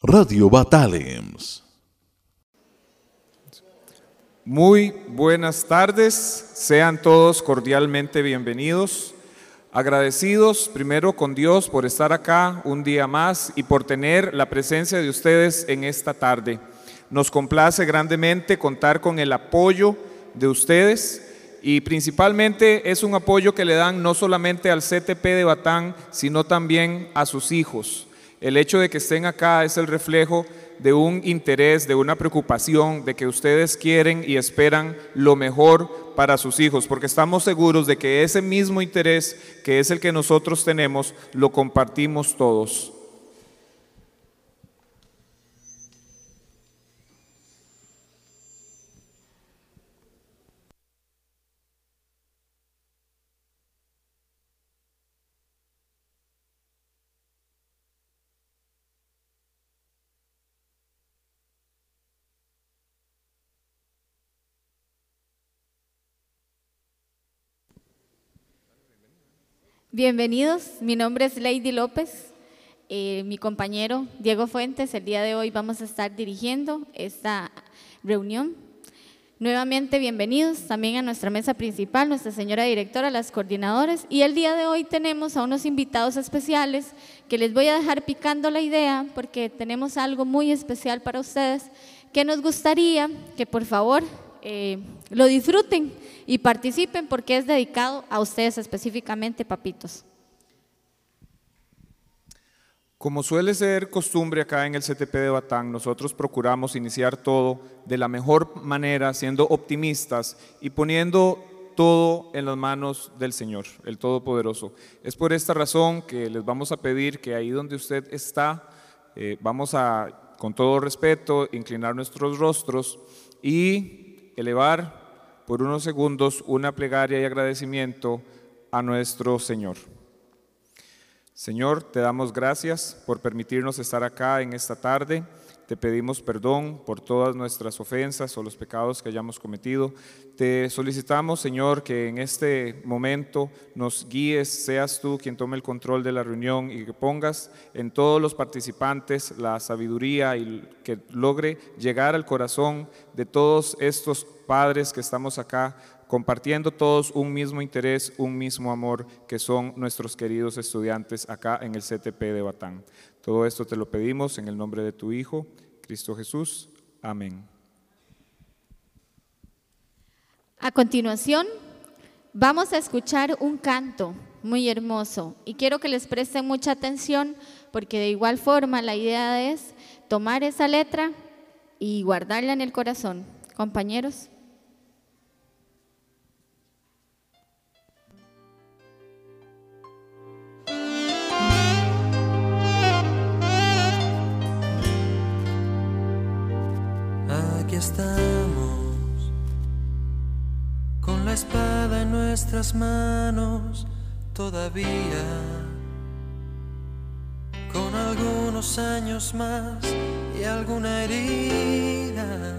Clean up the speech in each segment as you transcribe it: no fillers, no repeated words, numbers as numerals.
Radio Batalems. Muy buenas tardes, sean todos cordialmente bienvenidos. Agradecidos primero con Dios por estar acá un día más y por tener la presencia de ustedes en esta tarde. Nos complace grandemente contar con el apoyo de ustedes y principalmente es un apoyo que le dan no solamente al CTP de Batán, sino también a sus hijos. El hecho de que estén acá es el reflejo de un interés, de una preocupación, de que ustedes quieren y esperan lo mejor para sus hijos, porque estamos seguros de que ese mismo interés, que es el que nosotros tenemos, lo compartimos todos. Bienvenidos, mi nombre es Lady López, mi compañero Diego Fuentes. El día de hoy vamos a estar dirigiendo esta reunión. Nuevamente bienvenidos también a nuestra mesa principal, nuestra señora directora, las coordinadoras, y el día de hoy tenemos a unos invitados especiales que les voy a dejar picando la idea porque tenemos algo muy especial para ustedes que nos gustaría que por favor lo disfruten y participen porque es dedicado a ustedes específicamente, papitos. Como suele ser costumbre acá en el CTP de Batán, nosotros procuramos iniciar todo de la mejor manera, siendo optimistas y poniendo todo en las manos del Señor, el Todopoderoso. Es por esta razón que les vamos a pedir que ahí donde usted está, vamos a, con todo respeto, inclinar nuestros rostros y elevar por unos segundos una plegaria y agradecimiento a nuestro Señor. Señor, te damos gracias por permitirnos estar acá en esta tarde. Te pedimos perdón por todas nuestras ofensas o los pecados que hayamos cometido. Te solicitamos, Señor, que en este momento nos guíes, seas tú quien tome el control de la reunión y que pongas en todos los participantes la sabiduría y que logre llegar al corazón de todos estos padres que estamos acá, compartiendo todos un mismo interés, un mismo amor, que son nuestros queridos estudiantes acá en el CTP de Batán. Todo esto te lo pedimos en el nombre de tu Hijo, Cristo Jesús. Amén. A continuación, vamos a escuchar un canto muy hermoso y quiero que les presten mucha atención porque de igual forma la idea es tomar esa letra y guardarla en el corazón. Compañeros. Aquí estamos, con la espada en nuestras manos, todavía, con algunos años más y alguna herida,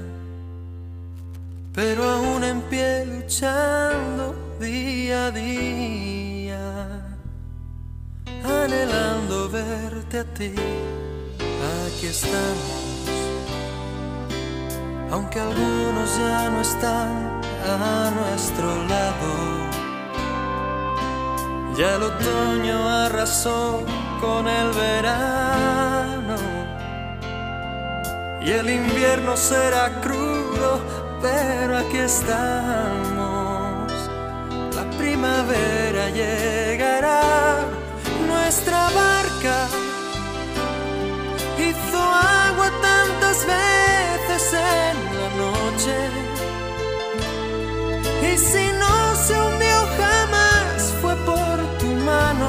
pero aún en pie luchando día a día, anhelando verte a ti. Aquí estamos, aunque algunos ya no están a nuestro lado. Ya el otoño arrasó con el verano y el invierno será crudo, pero aquí estamos. La primavera llegará, nuestra barca hizo agua tantas veces en la noche, y si no se hundió jamás fue por tu mano,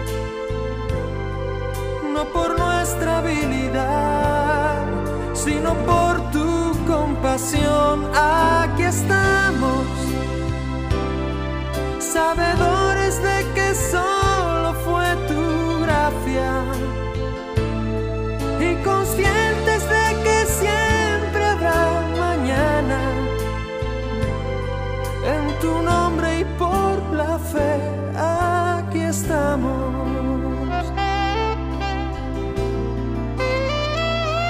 no por nuestra habilidad, sino por tu compasión. Aquí estamos, sabedores de que solo fue tu gracia y conscientes de que siempre habrá mañana. En tu nombre y por la fe, aquí estamos.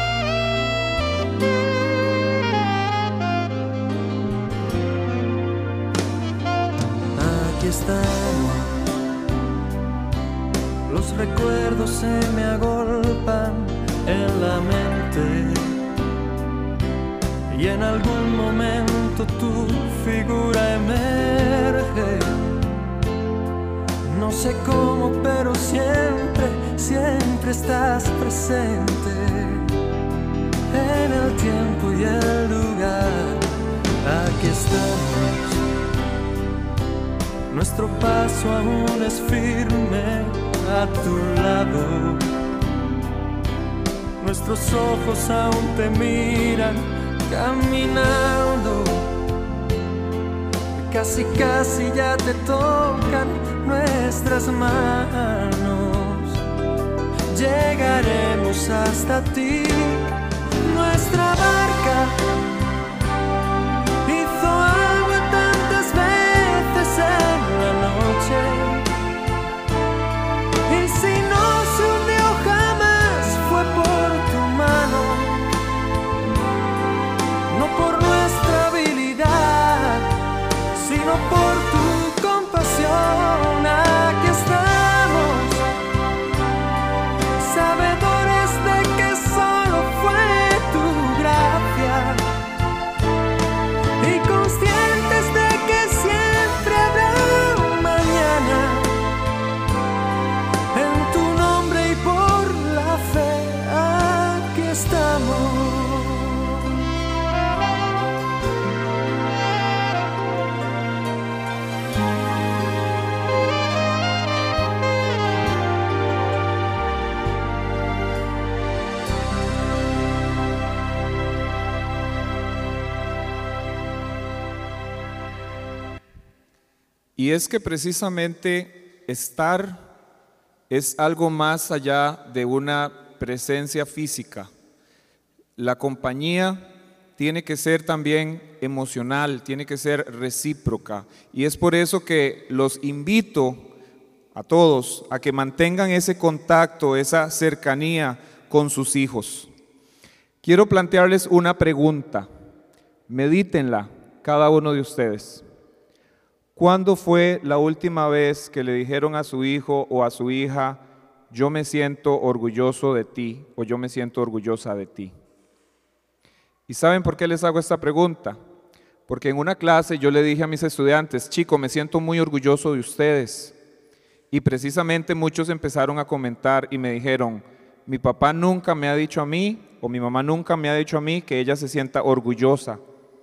recuerdos se me agolpan en la mente y en algún momento tu figura emerge. No sé cómo, pero siempre, siempre estás presente en el tiempo y el lugar. Aquí estamos, nuestro paso aún es firme a tu lado. Nuestros ojos aún te miran caminando. Casi, casi ya te tocan nuestras manos. Llegaremos hasta ti. Nuestra barca hizo agua tantas veces en la noche, y si no se hundió jamás fue por tu mano, no por nuestra habilidad, sino por tu compasión. Aquí estamos, sabedores de que solo fue tu gracia y conscientes de que siempre habrá un mañana. En tu nombre y por la fe, aquí estamos. Y es que precisamente estar es algo más allá de una presencia física. La compañía tiene que ser también emocional, tiene que ser recíproca. Y es por eso que los invito a todos a que mantengan ese contacto, esa cercanía con sus hijos. Quiero plantearles una pregunta, medítenla cada uno de ustedes. ¿Cuándo fue la última vez que le dijeron a su hijo o a su hija, yo me siento orgulloso de ti o yo me siento orgullosa de ti? ¿Y saben por qué les hago esta pregunta? Porque en una clase yo le dije a mis estudiantes, chicos, me siento muy orgulloso de ustedes. Y precisamente muchos empezaron a comentar y me dijeron, mi papá nunca me ha dicho a mí o mi mamá nunca me ha dicho a mí que ella se sienta orgullosa.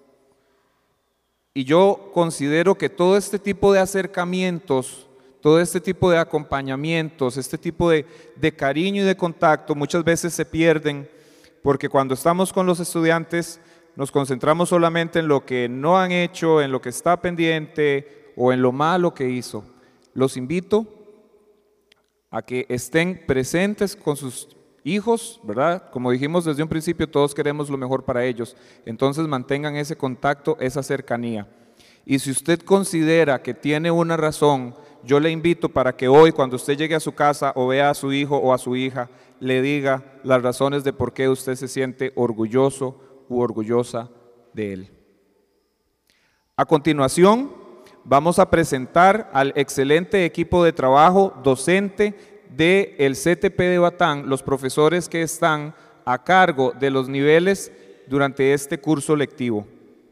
Y yo considero que todo este tipo de acercamientos, todo este tipo de acompañamientos, este tipo de cariño y de contacto muchas veces se pierden porque cuando estamos con los estudiantes nos concentramos solamente en lo que no han hecho, en lo que está pendiente o en lo malo que hizo. Los invito a que estén presentes con sus hijos, ¿verdad? Como dijimos desde un principio, todos queremos lo mejor para ellos. Entonces mantengan ese contacto, esa cercanía. Y si usted considera que tiene una razón, yo le invito para que hoy, cuando usted llegue a su casa o vea a su hijo o a su hija, le diga las razones de por qué usted se siente orgulloso u orgullosa de él. A continuación, vamos a presentar al excelente equipo de trabajo docente del CTP de Batán, los profesores que están a cargo de los niveles durante este curso lectivo.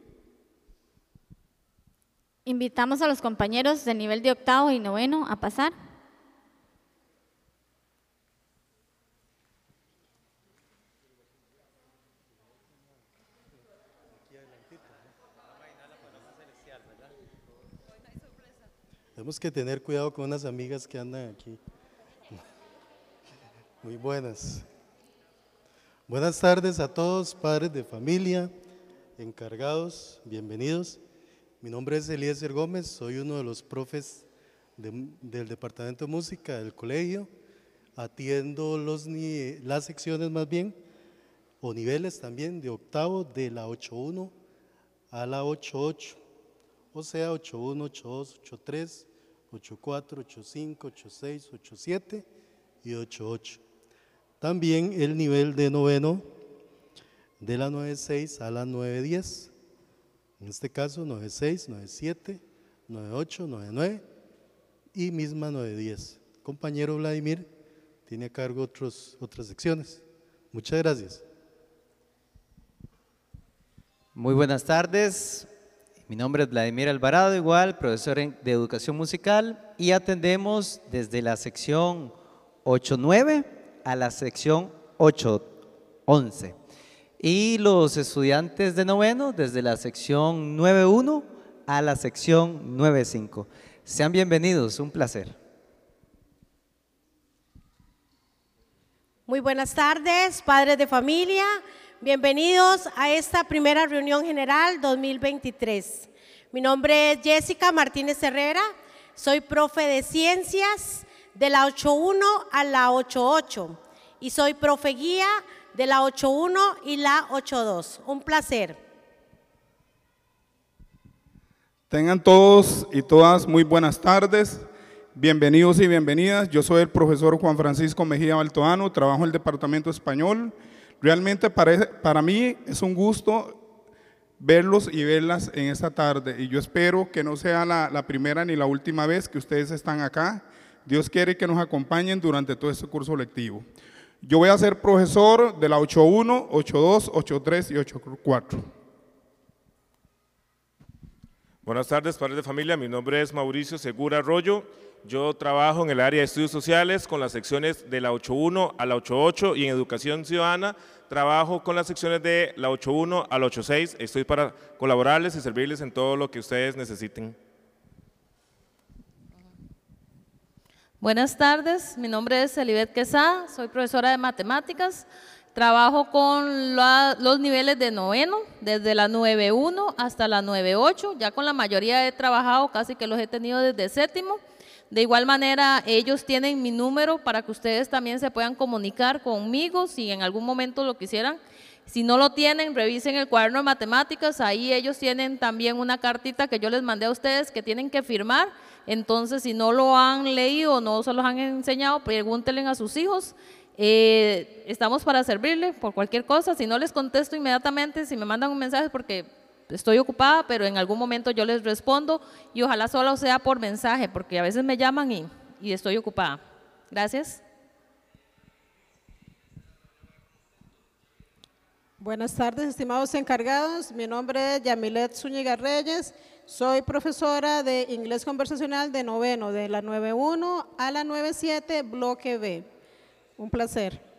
Invitamos a los compañeros de nivel de octavo y noveno a pasar. Tenemos que tener cuidado con unas amigas que andan aquí. Muy buenas. Buenas tardes a todos, padres de familia, encargados, bienvenidos. Mi nombre es Eliezer Gómez, soy uno de los profes del Departamento de Música del colegio. Atiendo las secciones más bien, o niveles también de octavo, de la 8.1 a la 8.8, o sea 8.1, 8.2, 8.3, 8.4, 8.5, 8.6, 8.7 y 8.8. También el nivel de noveno, de la 9.6 a la 9.10, en este caso 9.6, 9.7, 9.8, 9.9 y misma 9.10. Compañero Vladimir, tiene a cargo otras secciones. Muchas gracias. Muy buenas tardes, mi nombre es Vladimir Alvarado, igual profesor de educación musical, y atendemos desde la sección 8.9 a la sección 8.11, y los estudiantes de noveno desde la sección 9.1 a la sección 9.5. Sean bienvenidos, un placer. Muy buenas tardes, padres de familia. Bienvenidos a esta primera reunión general 2023. Mi nombre es Jessica Martínez Herrera, soy profe de ciencias de la 8.1 a la 8.8 y soy profe guía de la 8.1 y la 8.2. Un placer. Tengan todos y todas muy buenas tardes. Bienvenidos y bienvenidas. Yo soy el profesor Juan Francisco Mejía Baltoano, trabajo en el Departamento Español. Realmente para mí es un gusto verlos y verlas en esta tarde, y yo espero que no sea la primera ni la última vez que ustedes están acá. Dios quiere que nos acompañen durante todo este curso lectivo. Yo voy a ser profesor de la 8.1, 8.2, 8.3 y 8.4. Buenas tardes, padres de familia. Mi nombre es Mauricio Segura Arroyo. Yo trabajo en el área de estudios sociales con las secciones de la 8.1 a la 8.8 y en educación ciudadana trabajo con las secciones de la 8.1 a la 8.6. Estoy para colaborarles y servirles en todo lo que ustedes necesiten. Buenas tardes, mi nombre es Elibet Quesada, soy profesora de matemáticas. Trabajo con los niveles de noveno, desde la 9.1 hasta la 9.8. Ya con la mayoría he trabajado, casi que los he tenido desde séptimo. De igual manera, ellos tienen mi número para que ustedes también se puedan comunicar conmigo si en algún momento lo quisieran. Si no lo tienen, revisen el cuaderno de matemáticas, ahí ellos tienen también una cartita que yo les mandé a ustedes que tienen que firmar. Entonces, si no lo han leído o no se los han enseñado, pregúntenle a sus hijos. Estamos para servirle por cualquier cosa. Si no les contesto inmediatamente, si me mandan un mensaje porque estoy ocupada, pero en algún momento yo les respondo, y ojalá solo sea por mensaje, porque a veces me llaman y estoy ocupada. Gracias. Buenas tardes, estimados encargados. Mi nombre es Yamilet Zúñiga Reyes. Soy profesora de inglés conversacional de noveno, de la 9.1 a la 9.7, bloque B. Un placer.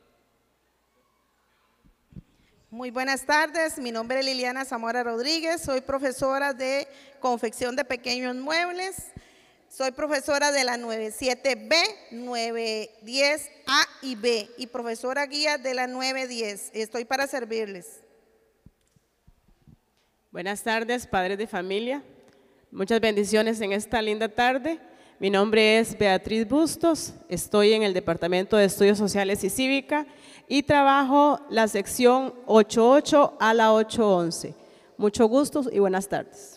Muy buenas tardes, mi nombre es Liliana Zamora Rodríguez, soy profesora de confección de pequeños muebles, soy profesora de la 9.7B, 9.10A y B y profesora guía de la 9.10. Estoy para servirles. Buenas tardes, padres de familia. Muchas bendiciones en esta linda tarde. Mi nombre es Beatriz Bustos, estoy en el Departamento de Estudios Sociales y Cívica y trabajo la sección 8.8 a la 8.11. Mucho gusto y buenas tardes.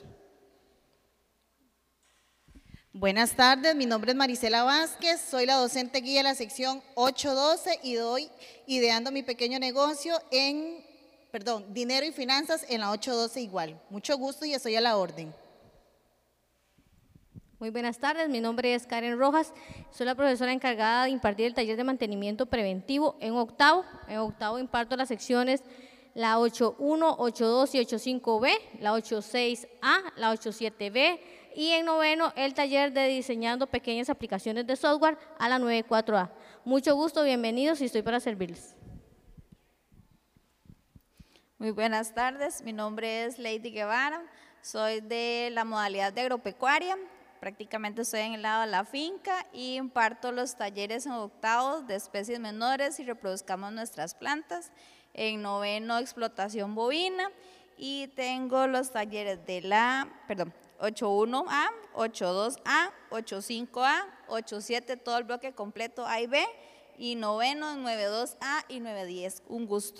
Buenas tardes, mi nombre es Marisela Vázquez, soy la docente guía de la sección 8.12 y doy ideando mi pequeño negocio en, dinero y finanzas en la 8.12 igual. Mucho gusto y estoy a la orden. Muy buenas tardes, mi nombre es Karen Rojas, soy la profesora encargada de impartir el taller de mantenimiento preventivo en octavo. En octavo imparto las secciones la 8.1, 8.2 y 8.5B, la 8.6A, la 8.7B y en noveno el taller de diseñando pequeñas aplicaciones de software a la 9.4A. Mucho gusto, bienvenidos y estoy para servirles. Muy buenas tardes, mi nombre es Lady Guevara, soy de la modalidad de agropecuaria. Prácticamente estoy en el lado de la finca y imparto los talleres en octavos de especies menores y reproduzcamos nuestras plantas. En noveno, explotación bovina y tengo los talleres de la, 8.1A, 8.2A, 8.5A, 8.7, todo el bloque completo A y B y noveno, 9.2A y 9.10. Un gusto.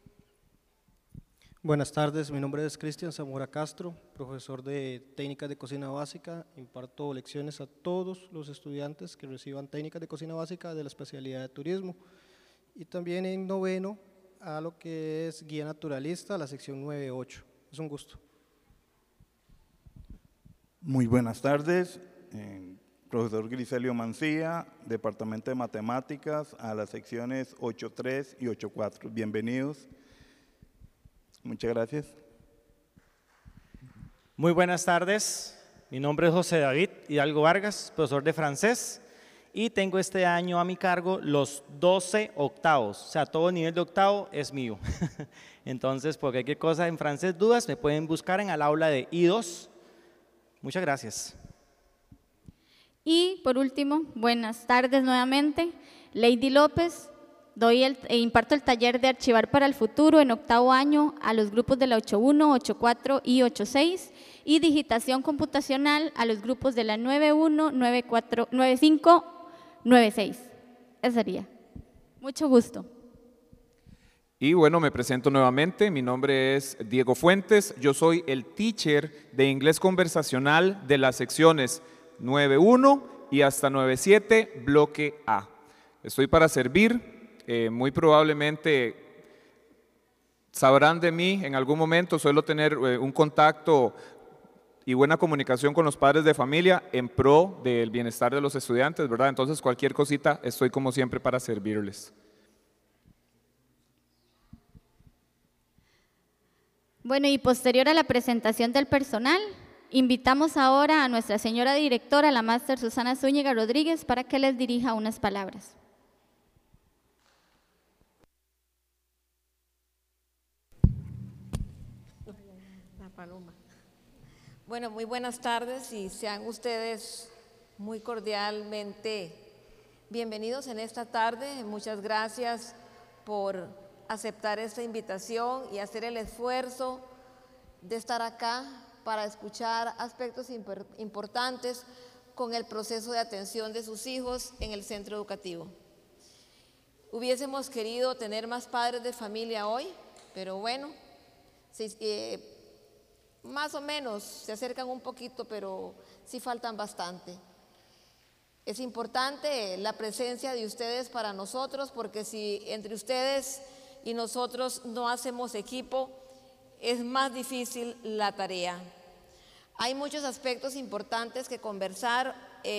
Buenas tardes, mi nombre es Cristian Zamora Castro, profesor de técnicas de cocina básica. Imparto lecciones a todos los estudiantes que reciban técnicas de cocina básica de la especialidad de turismo. Y también en noveno a lo que es guía naturalista, la sección 9.8. Es un gusto. Muy buenas tardes, Profesor Griselio Mancía, Departamento de Matemáticas, a las secciones 8.3 y 8.4. Bienvenidos. Muchas gracias. Muy buenas tardes. Mi nombre es José David Hidalgo Vargas, profesor de francés, y tengo este año a mi cargo los 12 octavos. O sea, todo nivel de octavo es mío. Entonces, por cualquier cosa en francés, dudas, me pueden buscar en el aula de I2. Muchas gracias. Y por último, buenas tardes nuevamente. Lady López, imparto el taller de archivar para el futuro en octavo año a los grupos de la 8.1, 8.4 y 8.6 y digitación computacional a los grupos de la 9.1, 9.4, 9.5, 9.6. Eso sería. Mucho gusto. Y bueno, me presento nuevamente, mi nombre es Diego Fuentes, yo soy el teacher de inglés conversacional de las secciones 9.1 y hasta 9.7, bloque A. Estoy para servir, muy probablemente sabrán de mí en algún momento, suelo tener un contacto y buena comunicación con los padres de familia en pro del bienestar de los estudiantes, ¿verdad? Entonces cualquier cosita estoy como siempre para servirles. Bueno, y posterior a la presentación del personal, invitamos ahora a nuestra señora directora, la máster Susana Zúñiga Rodríguez, para que les dirija unas palabras. La paloma. Bueno, muy buenas tardes y sean ustedes muy cordialmente bienvenidos en esta tarde. Muchas gracias por aceptar esta invitación y hacer el esfuerzo de estar acá para escuchar aspectos importantes con el proceso de atención de sus hijos en el centro educativo. Hubiésemos querido tener más padres de familia hoy, pero bueno, más o menos se acercan un poquito, pero sí faltan bastante. Es importante la presencia de ustedes para nosotros, porque si entre ustedes y nosotros no hacemos equipo, es más difícil la tarea. Hay muchos aspectos importantes que conversar,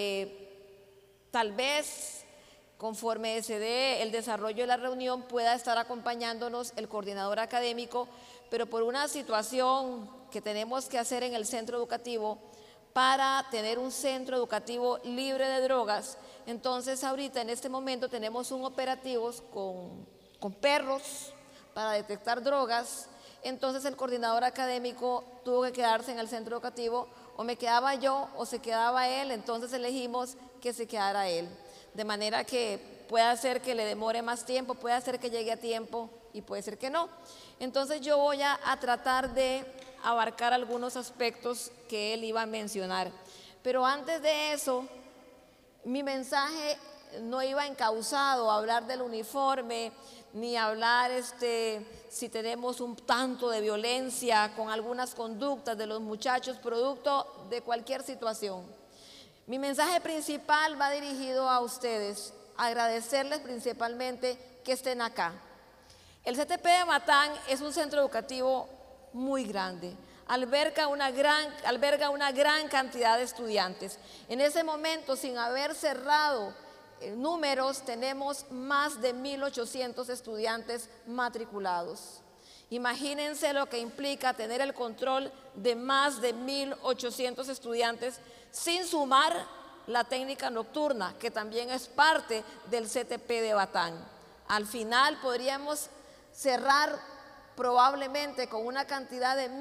tal vez conforme se dé el desarrollo de la reunión pueda estar acompañándonos el coordinador académico, pero por una situación que tenemos que hacer en el centro educativo para tener un centro educativo libre de drogas, entonces ahorita en este momento tenemos un operativo con perros para detectar drogas. Entonces el coordinador académico tuvo que quedarse en el centro educativo, o me quedaba yo o se quedaba él, entonces elegimos que se quedara él, de manera que puede ser que le demore más tiempo, puede ser que llegue a tiempo y puede ser que no. Entonces yo voy a tratar de abarcar algunos aspectos que él iba a mencionar, pero antes de eso, mi mensaje no iba encauzado a hablar del uniforme, ni hablar si tenemos un tanto de violencia con algunas conductas de los muchachos producto de cualquier situación. Mi mensaje principal va dirigido a ustedes, agradecerles principalmente que estén acá. El CTP de Matán es un centro educativo muy grande, alberga una gran cantidad de estudiantes. En ese momento, sin haber cerrado números, tenemos más de 1.800 estudiantes matriculados. Imagínense lo que implica tener el control de más de 1.800 estudiantes, sin sumar la técnica nocturna, que también es parte del CTP de Batán. Al final podríamos cerrar probablemente con una cantidad de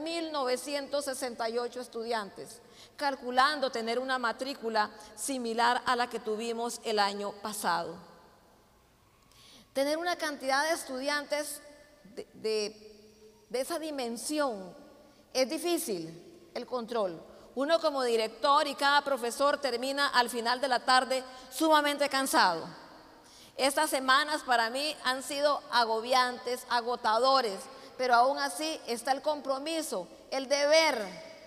1.968 estudiantes, calculando tener una matrícula similar a la que tuvimos el año pasado. Tener una cantidad de estudiantes de esa dimensión es difícil, el control. Uno como director y cada profesor termina al final de la tarde sumamente cansado. Estas semanas para mí han sido agobiantes, agotadores, pero aún así está el compromiso, el deber,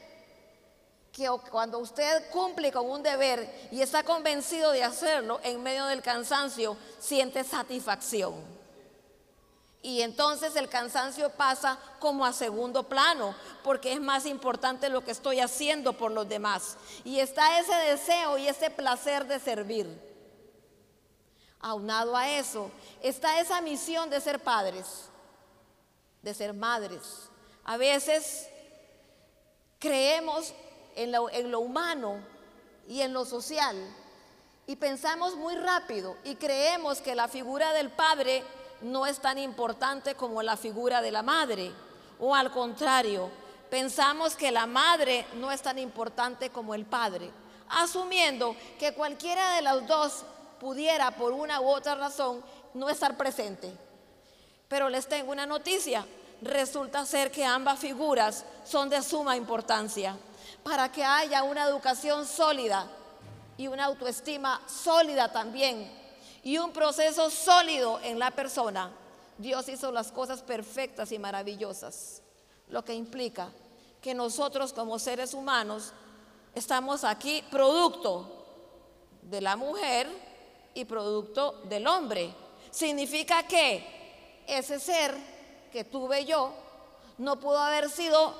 que cuando usted cumple con un deber y está convencido de hacerlo, en medio del cansancio siente satisfacción. Y entonces el cansancio pasa como a segundo plano, porque es más importante lo que estoy haciendo por los demás. Y está ese deseo y ese placer de servir. Aunado a eso, está esa misión de ser padres, de ser madres. A veces creemos en lo humano y en lo social y pensamos muy rápido y creemos que la figura del padre no es tan importante como la figura de la madre, o al contrario, pensamos que la madre no es tan importante como el padre, asumiendo que cualquiera de los dos pudiera por una u otra razón no estar presente. Pero les tengo una noticia: resulta ser que ambas figuras son de suma importancia para que haya una educación sólida y una autoestima sólida también, y un proceso sólido en la persona. Dios hizo las cosas perfectas y maravillosas, lo que implica que nosotros como seres humanos estamos aquí producto de la mujer y producto del hombre. Significa que ese ser que tuve yo no pudo haber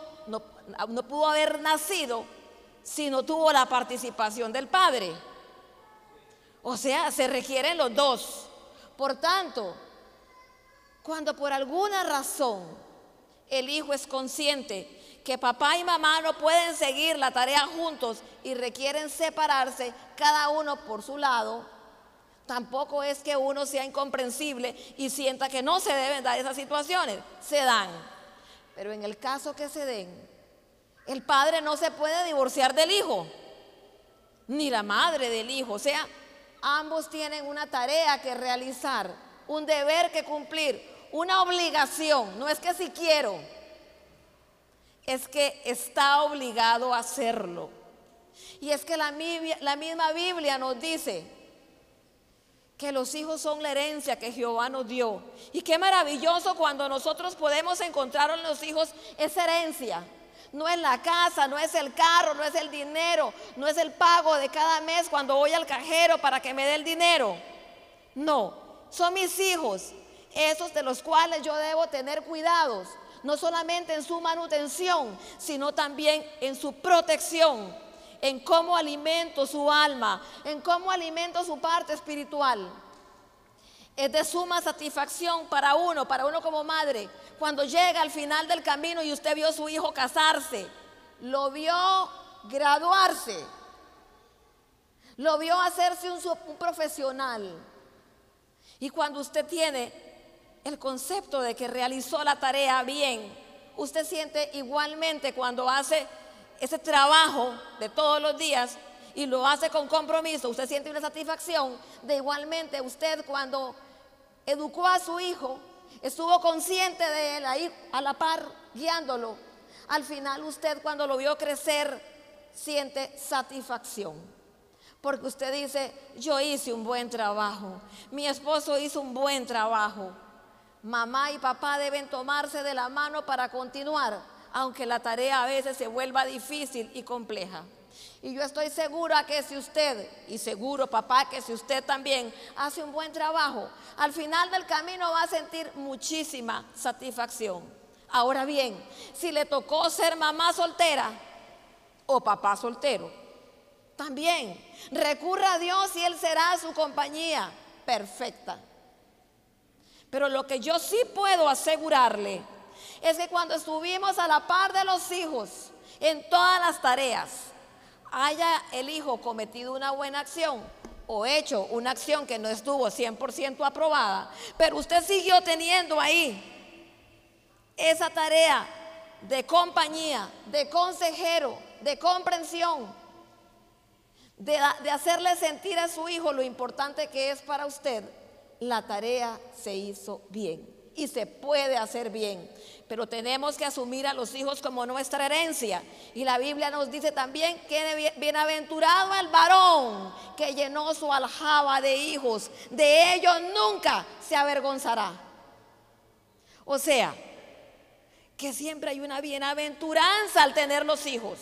nacido si no tuvo la participación del padre. O sea, se requieren los dos. Por tanto, cuando por alguna razón el hijo es consciente que papá y mamá no pueden seguir la tarea juntos y requieren separarse, cada uno por su lado, tampoco es que uno sea incomprensible y sienta que no se deben dar esas situaciones. Se dan. Pero en el caso que se den, el padre no se puede divorciar del hijo, ni la madre del hijo. O sea, ambos tienen una tarea que realizar, un deber que cumplir, una obligación. No es que si quiero, es que está obligado a hacerlo. Y es que la misma Biblia nos dice que los hijos son la herencia que Jehová nos dio. Y qué maravilloso cuando nosotros podemos encontrar en los hijos esa herencia. No es la casa, no es el carro, no es el dinero, no es el pago de cada mes cuando voy al cajero para que me dé el dinero. No, son mis hijos, esos de los cuales yo debo tener cuidados, no solamente en su manutención, sino también en su protección, en cómo alimento su alma, en cómo alimento su parte espiritual. Es de suma satisfacción para uno como madre, cuando llega al final del camino y usted vio a su hijo casarse, lo vio graduarse, lo vio hacerse un profesional. Y cuando usted tiene el concepto de que realizó la tarea bien, usted siente igualmente cuando hace ese trabajo de todos los días y lo hace con compromiso, usted siente una satisfacción. De igualmente usted cuando educó a su hijo, estuvo consciente de él ahí a la par, guiándolo. Al final usted cuando lo vio crecer, siente satisfacción. Porque usted dice, yo hice un buen trabajo, mi esposo hizo un buen trabajo. Mamá y papá deben tomarse de la mano para continuar, aunque la tarea a veces se vuelva difícil y compleja. Y yo estoy segura que si usted, y seguro papá que si usted también hace un buen trabajo, al final del camino va a sentir muchísima satisfacción. Ahora bien, si le tocó ser mamá soltera o papá soltero, también recurra a Dios y Él será su compañía perfecta. Pero lo que yo sí puedo asegurarle es que cuando estuvimos a la par de los hijos en todas las tareas, haya el hijo cometido una buena acción o hecho una acción que no estuvo 100% aprobada, pero usted siguió teniendo ahí esa tarea de compañía, de consejero, de comprensión, de hacerle sentir a su hijo lo importante que es para usted. La tarea se hizo bien y se puede hacer bien, pero tenemos que asumir a los hijos como nuestra herencia. Y la Biblia nos dice también que bienaventurado el varón que llenó su aljaba de hijos, de ellos nunca se avergonzará. O sea, que siempre hay una bienaventuranza al tener los hijos.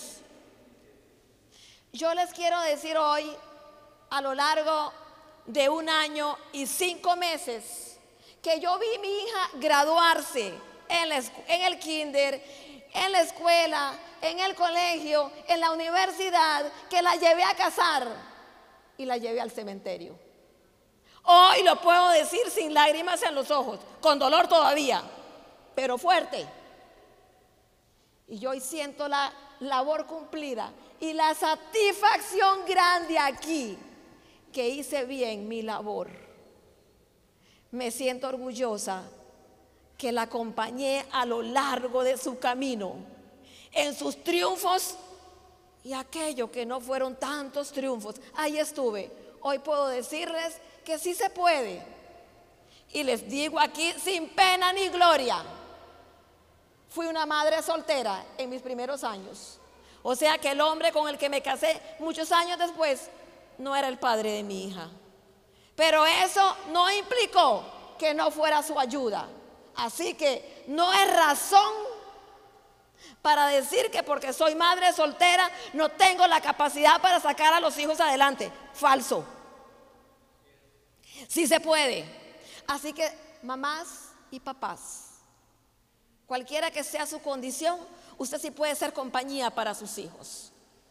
Yo les quiero decir hoy, a lo largo de 1 año y 5 meses, que yo vi a mi hija graduarse en el kinder, en la escuela, en el colegio, en la universidad, que la llevé a casar y la llevé al cementerio. Hoy lo puedo decir sin lágrimas en los ojos, con dolor todavía, pero fuerte. Y yo hoy siento la labor cumplida y la satisfacción grande aquí, que hice bien mi labor. Me siento orgullosa que la acompañé a lo largo de su camino, en sus triunfos y aquello que no fueron tantos triunfos. Ahí estuve. Hoy puedo decirles que sí se puede. Y les digo aquí sin pena ni gloria, fui una madre soltera en mis primeros años. O sea que el hombre con el que me casé muchos años después no era el padre de mi hija. Pero eso no implicó que no fuera su ayuda. Así que no es razón para decir que porque soy madre soltera no tengo la capacidad para sacar a los hijos adelante. Falso. Sí se puede. Así que mamás y papás, cualquiera que sea su condición, usted sí puede ser compañía para sus hijos.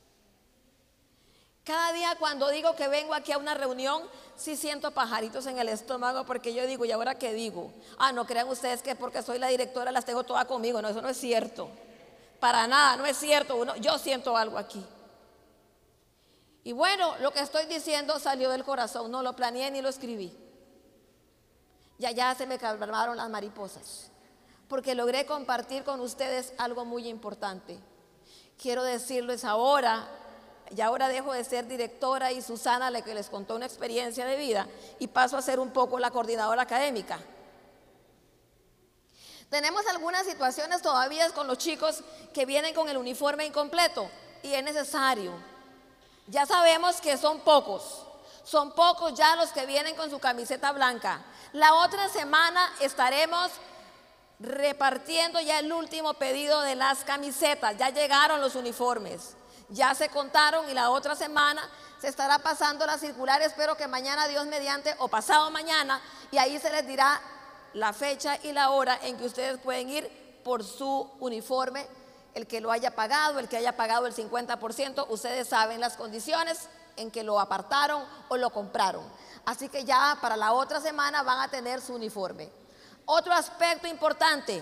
Cada día cuando digo que vengo aquí a una reunión, sí siento pajaritos en el estómago, porque yo digo, ¿y ahora qué digo? No crean ustedes que porque soy la directora las tengo todas conmigo. No, eso no es cierto. Para nada, no es cierto. Yo siento algo aquí. Y bueno, lo que estoy diciendo salió del corazón, no lo planeé ni lo escribí. Ya se me calmaron las mariposas, porque logré compartir con ustedes algo muy importante. Quiero decirles ahora, y ahora dejo de ser directora y Susana la que les contó una experiencia de vida y paso a ser un poco la coordinadora académica. Tenemos algunas situaciones todavía con los chicos que vienen con el uniforme incompleto y es necesario. Ya sabemos que son pocos ya los que vienen con su camiseta blanca. La otra semana estaremos repartiendo ya el último pedido de las camisetas, ya llegaron los uniformes. Ya se contaron y la otra semana se estará pasando la circular, espero que mañana Dios mediante o pasado mañana, y ahí se les dirá la fecha y la hora en que ustedes pueden ir por su uniforme, el que lo haya pagado, el que haya pagado el 50%, ustedes saben las condiciones en que lo apartaron o lo compraron. Así que ya para la otra semana van a tener su uniforme. Otro aspecto importante,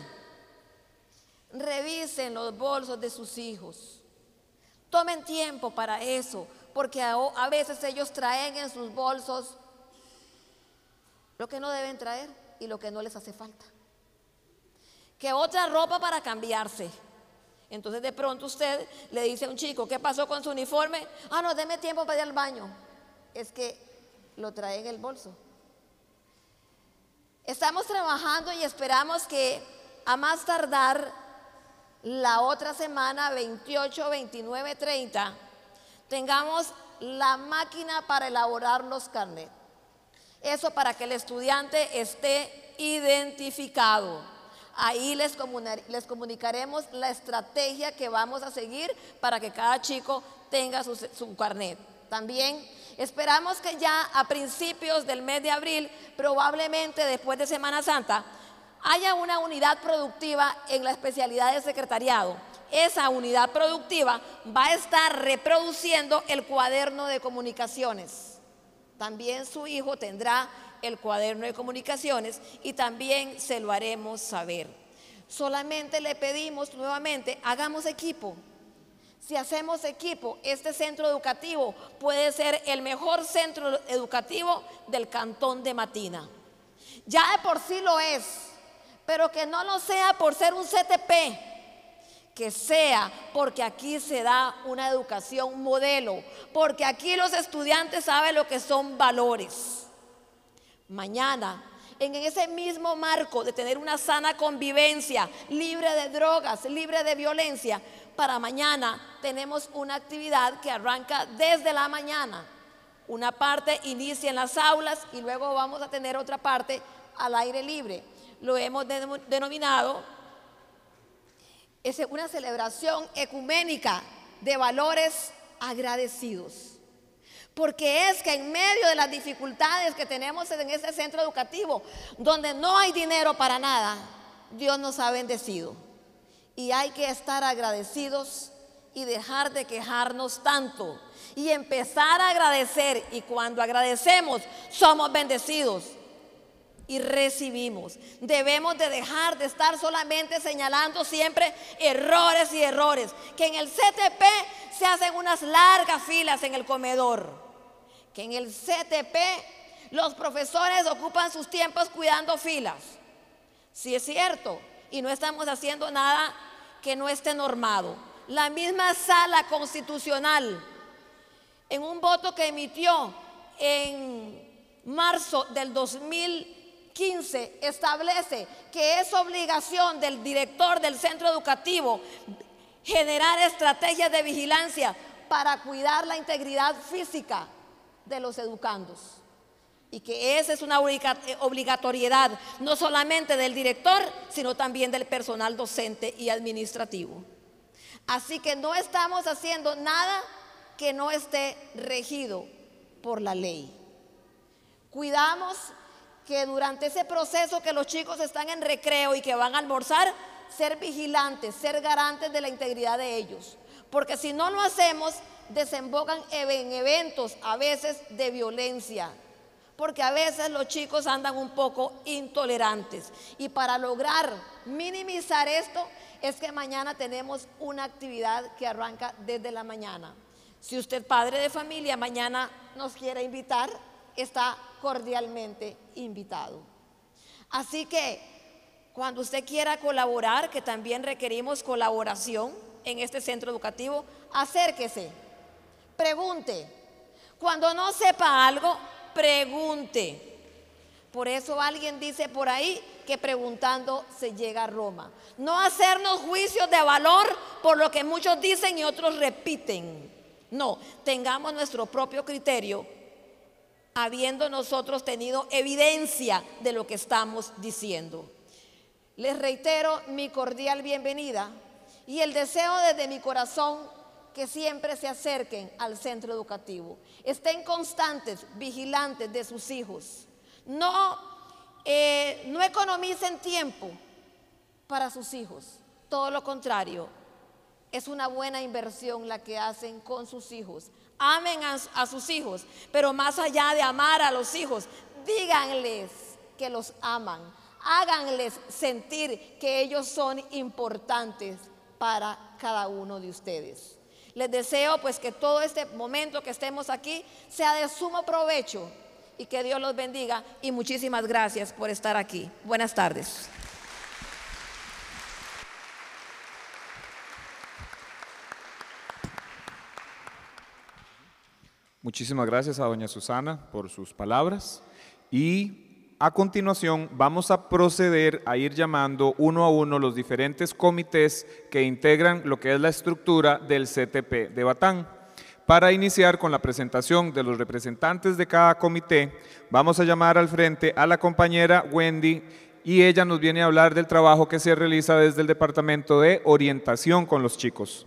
revisen los bolsos de sus hijos. Tomen tiempo para eso, porque a veces ellos traen en sus bolsos lo que no deben traer y lo que no les hace falta. Que otra ropa para cambiarse. Entonces de pronto usted le dice a un chico, ¿qué pasó con su uniforme? No, deme tiempo para ir al baño. Es que lo trae en el bolso. Estamos trabajando y esperamos que a más tardar la otra semana, 28, 29, 30, tengamos la máquina para elaborar los carnets. Eso para que el estudiante esté identificado. Ahí les comunicaremos la estrategia que vamos a seguir para que cada chico tenga su carnet. También esperamos que ya a principios del mes de abril, probablemente después de Semana Santa, haya una unidad productiva en la especialidad de secretariado. Esa unidad productiva va a estar reproduciendo el cuaderno de comunicaciones. También su hijo tendrá el cuaderno de comunicaciones y también se lo haremos saber. Solamente le pedimos nuevamente, hagamos equipo. Si hacemos equipo, este centro educativo puede ser el mejor centro educativo del cantón de Matina. Ya de por sí lo es, pero que no lo sea por ser un CTP, que sea porque aquí se da una educación modelo, porque aquí los estudiantes saben lo que son valores. Mañana, en ese mismo marco de tener una sana convivencia, libre de drogas, libre de violencia, para mañana tenemos una actividad que arranca desde la mañana. Una parte inicia en las aulas y luego vamos a tener otra parte al aire libre. Lo hemos denominado una celebración ecuménica de valores agradecidos. Porque es que en medio de las dificultades que tenemos en este centro educativo, donde no hay dinero para nada, Dios nos ha bendecido. Y hay que estar agradecidos y dejar de quejarnos tanto y empezar a agradecer. Y cuando agradecemos, somos bendecidos y recibimos. Debemos de dejar de estar solamente señalando siempre errores y errores. Que en el CTP se hacen unas largas filas en el comedor. Que en el CTP los profesores ocupan sus tiempos cuidando filas. Sí es cierto, y no estamos haciendo nada que no esté normado. La misma Sala Constitucional, en un voto que emitió en marzo del 2015, establece que es obligación del director del centro educativo generar estrategias de vigilancia para cuidar la integridad física de los educandos, y que esa es una obligatoriedad no solamente del director, sino también del personal docente y administrativo. Así que no estamos haciendo nada que no esté regido por la ley. Cuidamos que durante ese proceso que los chicos están en recreo y que van a almorzar, ser vigilantes, ser garantes de la integridad de ellos, porque si no lo hacemos, desembocan en eventos a veces de violencia, porque a veces los chicos andan un poco intolerantes. Y para lograr minimizar esto es que mañana tenemos una actividad que arranca desde la mañana. Si usted, padre de familia, mañana nos quiere invitar, está cordialmente invitado. Así que cuando usted quiera colaborar, que también requerimos colaboración en este centro educativo, acérquese. Pregunte. Cuando no sepa algo, pregunte. Por eso alguien dice por ahí que preguntando se llega a Roma. No hacernos juicios de valor por lo que muchos dicen y otros repiten. No, tengamos nuestro propio criterio, habiendo nosotros tenido evidencia de lo que estamos diciendo. Les reitero mi cordial bienvenida y el deseo desde mi corazón que siempre se acerquen al centro educativo, estén constantes, vigilantes de sus hijos, no economicen tiempo para sus hijos, todo lo contrario, es una buena inversión la que hacen con sus hijos. Amen a sus hijos, pero más allá de amar a los hijos, díganles que los aman, háganles sentir que ellos son importantes para cada uno de ustedes. Les deseo pues que todo este momento que estemos aquí sea de sumo provecho y que Dios los bendiga, y muchísimas gracias por estar aquí. Buenas tardes. Muchísimas gracias a doña Susana por sus palabras, y a continuación vamos a proceder a ir llamando uno a uno los diferentes comités que integran lo que es la estructura del CTP de Batán. Para iniciar con la presentación de los representantes de cada comité, vamos a llamar al frente a la compañera Wendy, y ella nos viene a hablar del trabajo que se realiza desde el Departamento de Orientación con los chicos.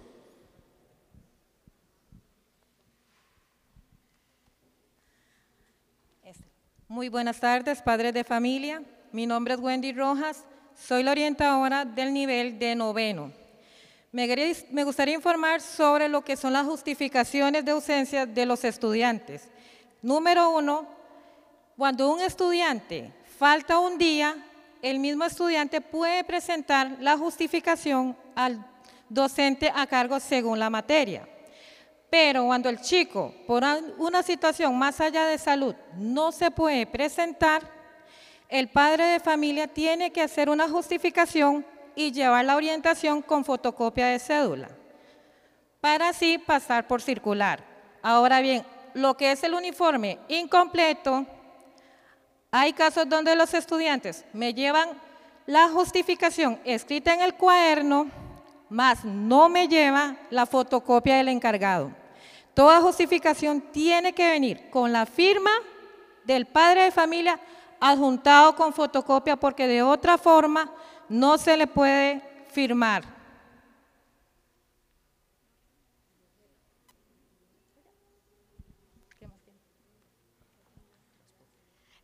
Muy buenas tardes, padres de familia. Mi nombre es Wendy Rojas, soy la orientadora del nivel de noveno. Me gustaría informar sobre lo que son las justificaciones de ausencia de los estudiantes. Número 1, cuando un estudiante falta un día, el mismo estudiante puede presentar la justificación al docente a cargo según la materia. Pero cuando el chico, por una situación más allá de salud, no se puede presentar, el padre de familia tiene que hacer una justificación y llevar la orientación con fotocopia de cédula, para así pasar por circular. Ahora bien, lo que es el uniforme incompleto, hay casos donde los estudiantes me llevan la justificación escrita en el cuaderno, más no me lleva la fotocopia del encargado. Toda justificación tiene que venir con la firma del padre de familia adjuntado con fotocopia, porque de otra forma no se le puede firmar.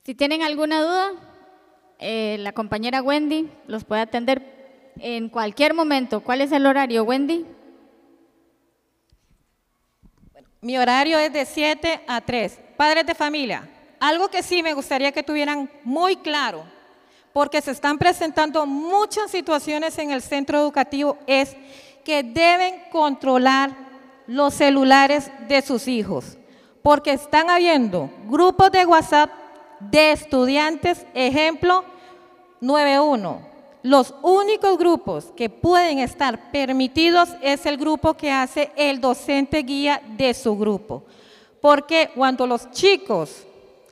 Si tienen alguna duda, la compañera Wendy los puede atender en cualquier momento. ¿Cuál es el horario, Wendy? Mi horario es de 7 a 3. Padres de familia, algo que sí me gustaría que tuvieran muy claro, porque se están presentando muchas situaciones en el centro educativo, es que deben controlar los celulares de sus hijos, porque están habiendo grupos de WhatsApp de estudiantes, ejemplo 91. Los únicos grupos que pueden estar permitidos es el grupo que hace el docente guía de su grupo. Porque cuando los chicos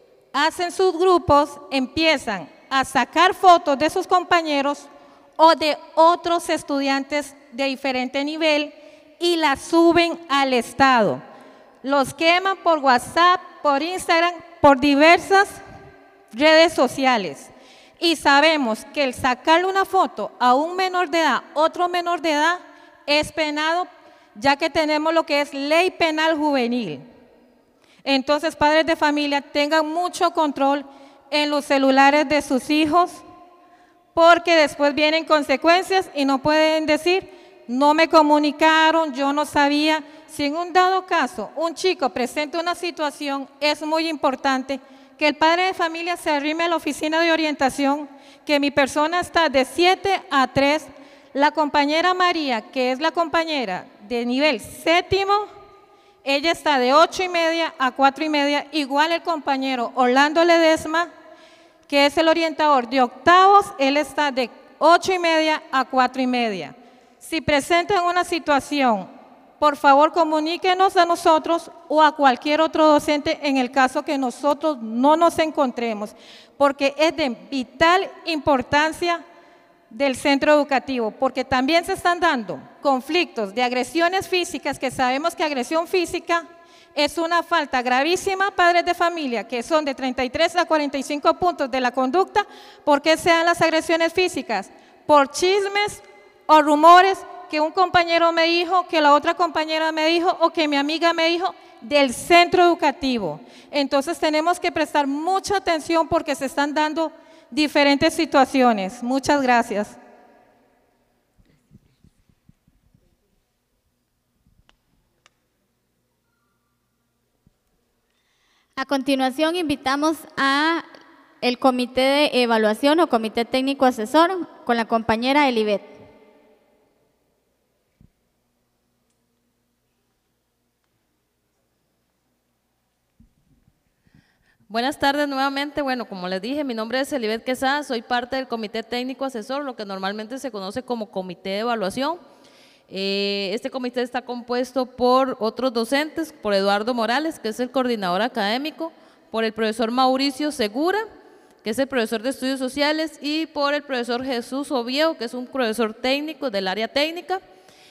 hacen sus grupos, empiezan a sacar fotos de sus compañeros o de otros estudiantes de diferente nivel y las suben al estado. Los queman por WhatsApp, por Instagram, por diversas redes sociales. Y sabemos que el sacarle una foto a un menor de edad, otro menor de edad, es penado, ya que tenemos lo que es ley penal juvenil. Entonces, padres de familia, tengan mucho control en los celulares de sus hijos, porque después vienen consecuencias y no pueden decir, no me comunicaron, yo no sabía. Si en un dado caso un chico presenta una situación, es muy importante que el padre de familia se arrime a la oficina de orientación, que mi persona está de 7 a 3, la compañera María, que es la compañera de nivel 7º, ella está de 8:30 a 4:30, igual el compañero Orlando Ledesma, que es el orientador de 8º, él está de 8:30 a 4:30. Si presentan una situación, por favor, comuníquenos a nosotros o a cualquier otro docente en el caso que nosotros no nos encontremos, porque es de vital importancia del centro educativo, porque también se están dando conflictos de agresiones físicas, que sabemos que agresión física es una falta gravísima, padres de familia, que son de 33 a 45 puntos de la conducta. ¿Por qué se dan las agresiones físicas? Por chismes o rumores que un compañero me dijo, que la otra compañera me dijo o que mi amiga me dijo del centro educativo. Entonces tenemos que prestar mucha atención porque se están dando diferentes situaciones. Muchas gracias. A continuación invitamos a el comité de evaluación o comité técnico asesor con la compañera Elibet. Buenas tardes nuevamente. Bueno, como les dije, mi nombre es Elibet Quesada, soy parte del comité técnico asesor, lo que normalmente se conoce como comité de evaluación. Este comité está compuesto por otros docentes, por Eduardo Morales, que es el coordinador académico, por el profesor Mauricio Segura, que es el profesor de estudios sociales, y por el profesor Jesús Oviedo, que es un profesor técnico del área técnica.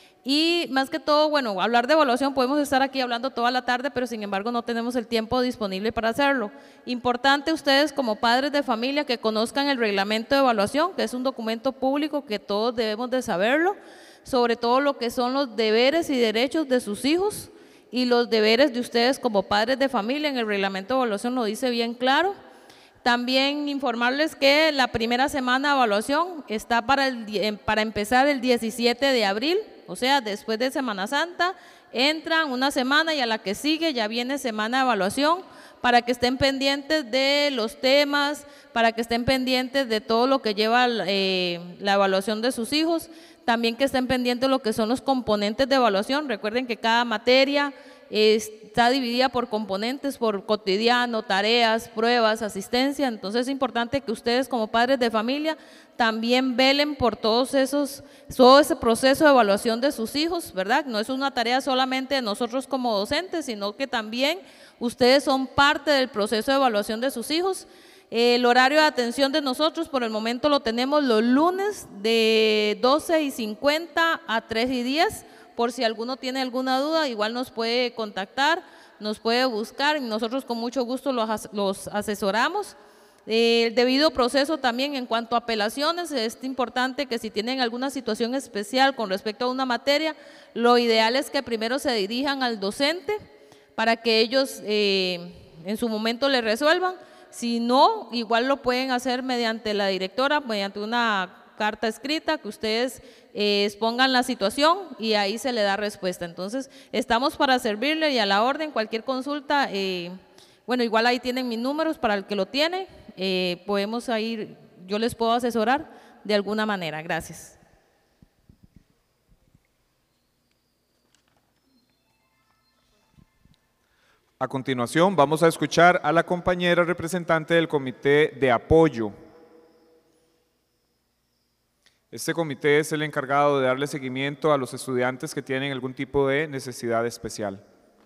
Y más que todo, bueno, hablar de evaluación, podemos estar aquí hablando toda la tarde, pero sin embargo no tenemos el tiempo disponible para hacerlo. Importante ustedes como padres de familia que conozcan el reglamento de evaluación, que es un documento público que todos debemos de saberlo, sobre todo lo que son los deberes y derechos de sus hijos y los deberes de ustedes como padres de familia. En el reglamento de evaluación lo dice bien claro. También informarles que la primera semana de evaluación está para empezar el 17 de abril, o sea, después de Semana Santa, entran una semana y a la que sigue ya viene semana de evaluación, para que estén pendientes de los temas, para que estén pendientes de todo lo que lleva la evaluación de sus hijos, también que estén pendientes de lo que son los componentes de evaluación. Recuerden que cada materia está dividida por componentes, por cotidiano, tareas, pruebas, asistencia. Entonces es importante que ustedes como padres de familia también velen por todo ese proceso de evaluación de sus hijos, ¿verdad? No es una tarea solamente de nosotros como docentes, sino que también ustedes son parte del proceso de evaluación de sus hijos. El horario de atención de nosotros por el momento lo tenemos los lunes de 12:50 a 3:10. Por si alguno tiene alguna duda, igual nos puede contactar, nos puede buscar y nosotros con mucho gusto los asesoramos. El debido proceso también en cuanto a apelaciones, es importante que si tienen alguna situación especial con respecto a una materia, lo ideal es que primero se dirijan al docente para que ellos en su momento le resuelvan, Si no, igual lo pueden hacer mediante la directora, mediante una carta escrita que ustedes expongan la situación y ahí se le da respuesta. Entonces, estamos para servirle y a la orden, cualquier consulta, bueno, igual ahí tienen mis números para el que lo tiene, podemos ir, yo les puedo asesorar de alguna manera. Gracias. A continuación, vamos a escuchar a la compañera representante del Comité de Apoyo. Este comité es el encargado de darle seguimiento a los estudiantes que tienen algún tipo de necesidad especial.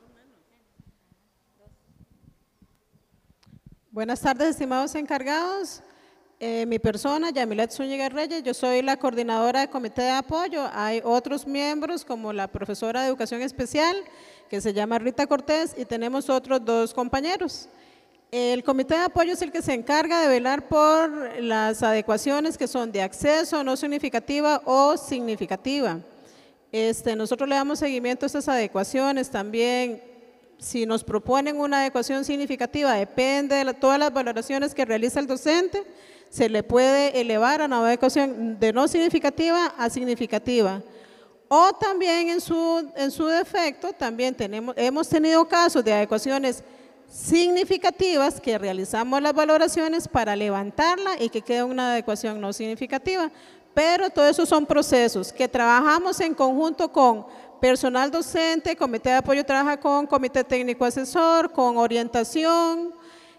Buenas tardes, estimados encargados. Mi persona, Yamilet Zúñiga Reyes, yo soy la coordinadora del Comité de Apoyo. Hay otros miembros como la profesora de Educación Especial, que se llama Rita Cortés, y tenemos otros 2 compañeros. El Comité de Apoyo es el que se encarga de velar por las adecuaciones que son de acceso, no significativa o significativa. Nosotros le damos seguimiento a estas adecuaciones también. Si nos proponen una adecuación significativa, depende de todas las valoraciones que realiza el docente, se le puede elevar a una adecuación de no significativa a significativa. O también en su defecto, también hemos tenido casos de adecuaciones significativas que realizamos las valoraciones para levantarla y que quede una adecuación no significativa. Pero todo eso son procesos que trabajamos en conjunto con personal docente, Comité de Apoyo trabaja con Comité Técnico Asesor, con orientación,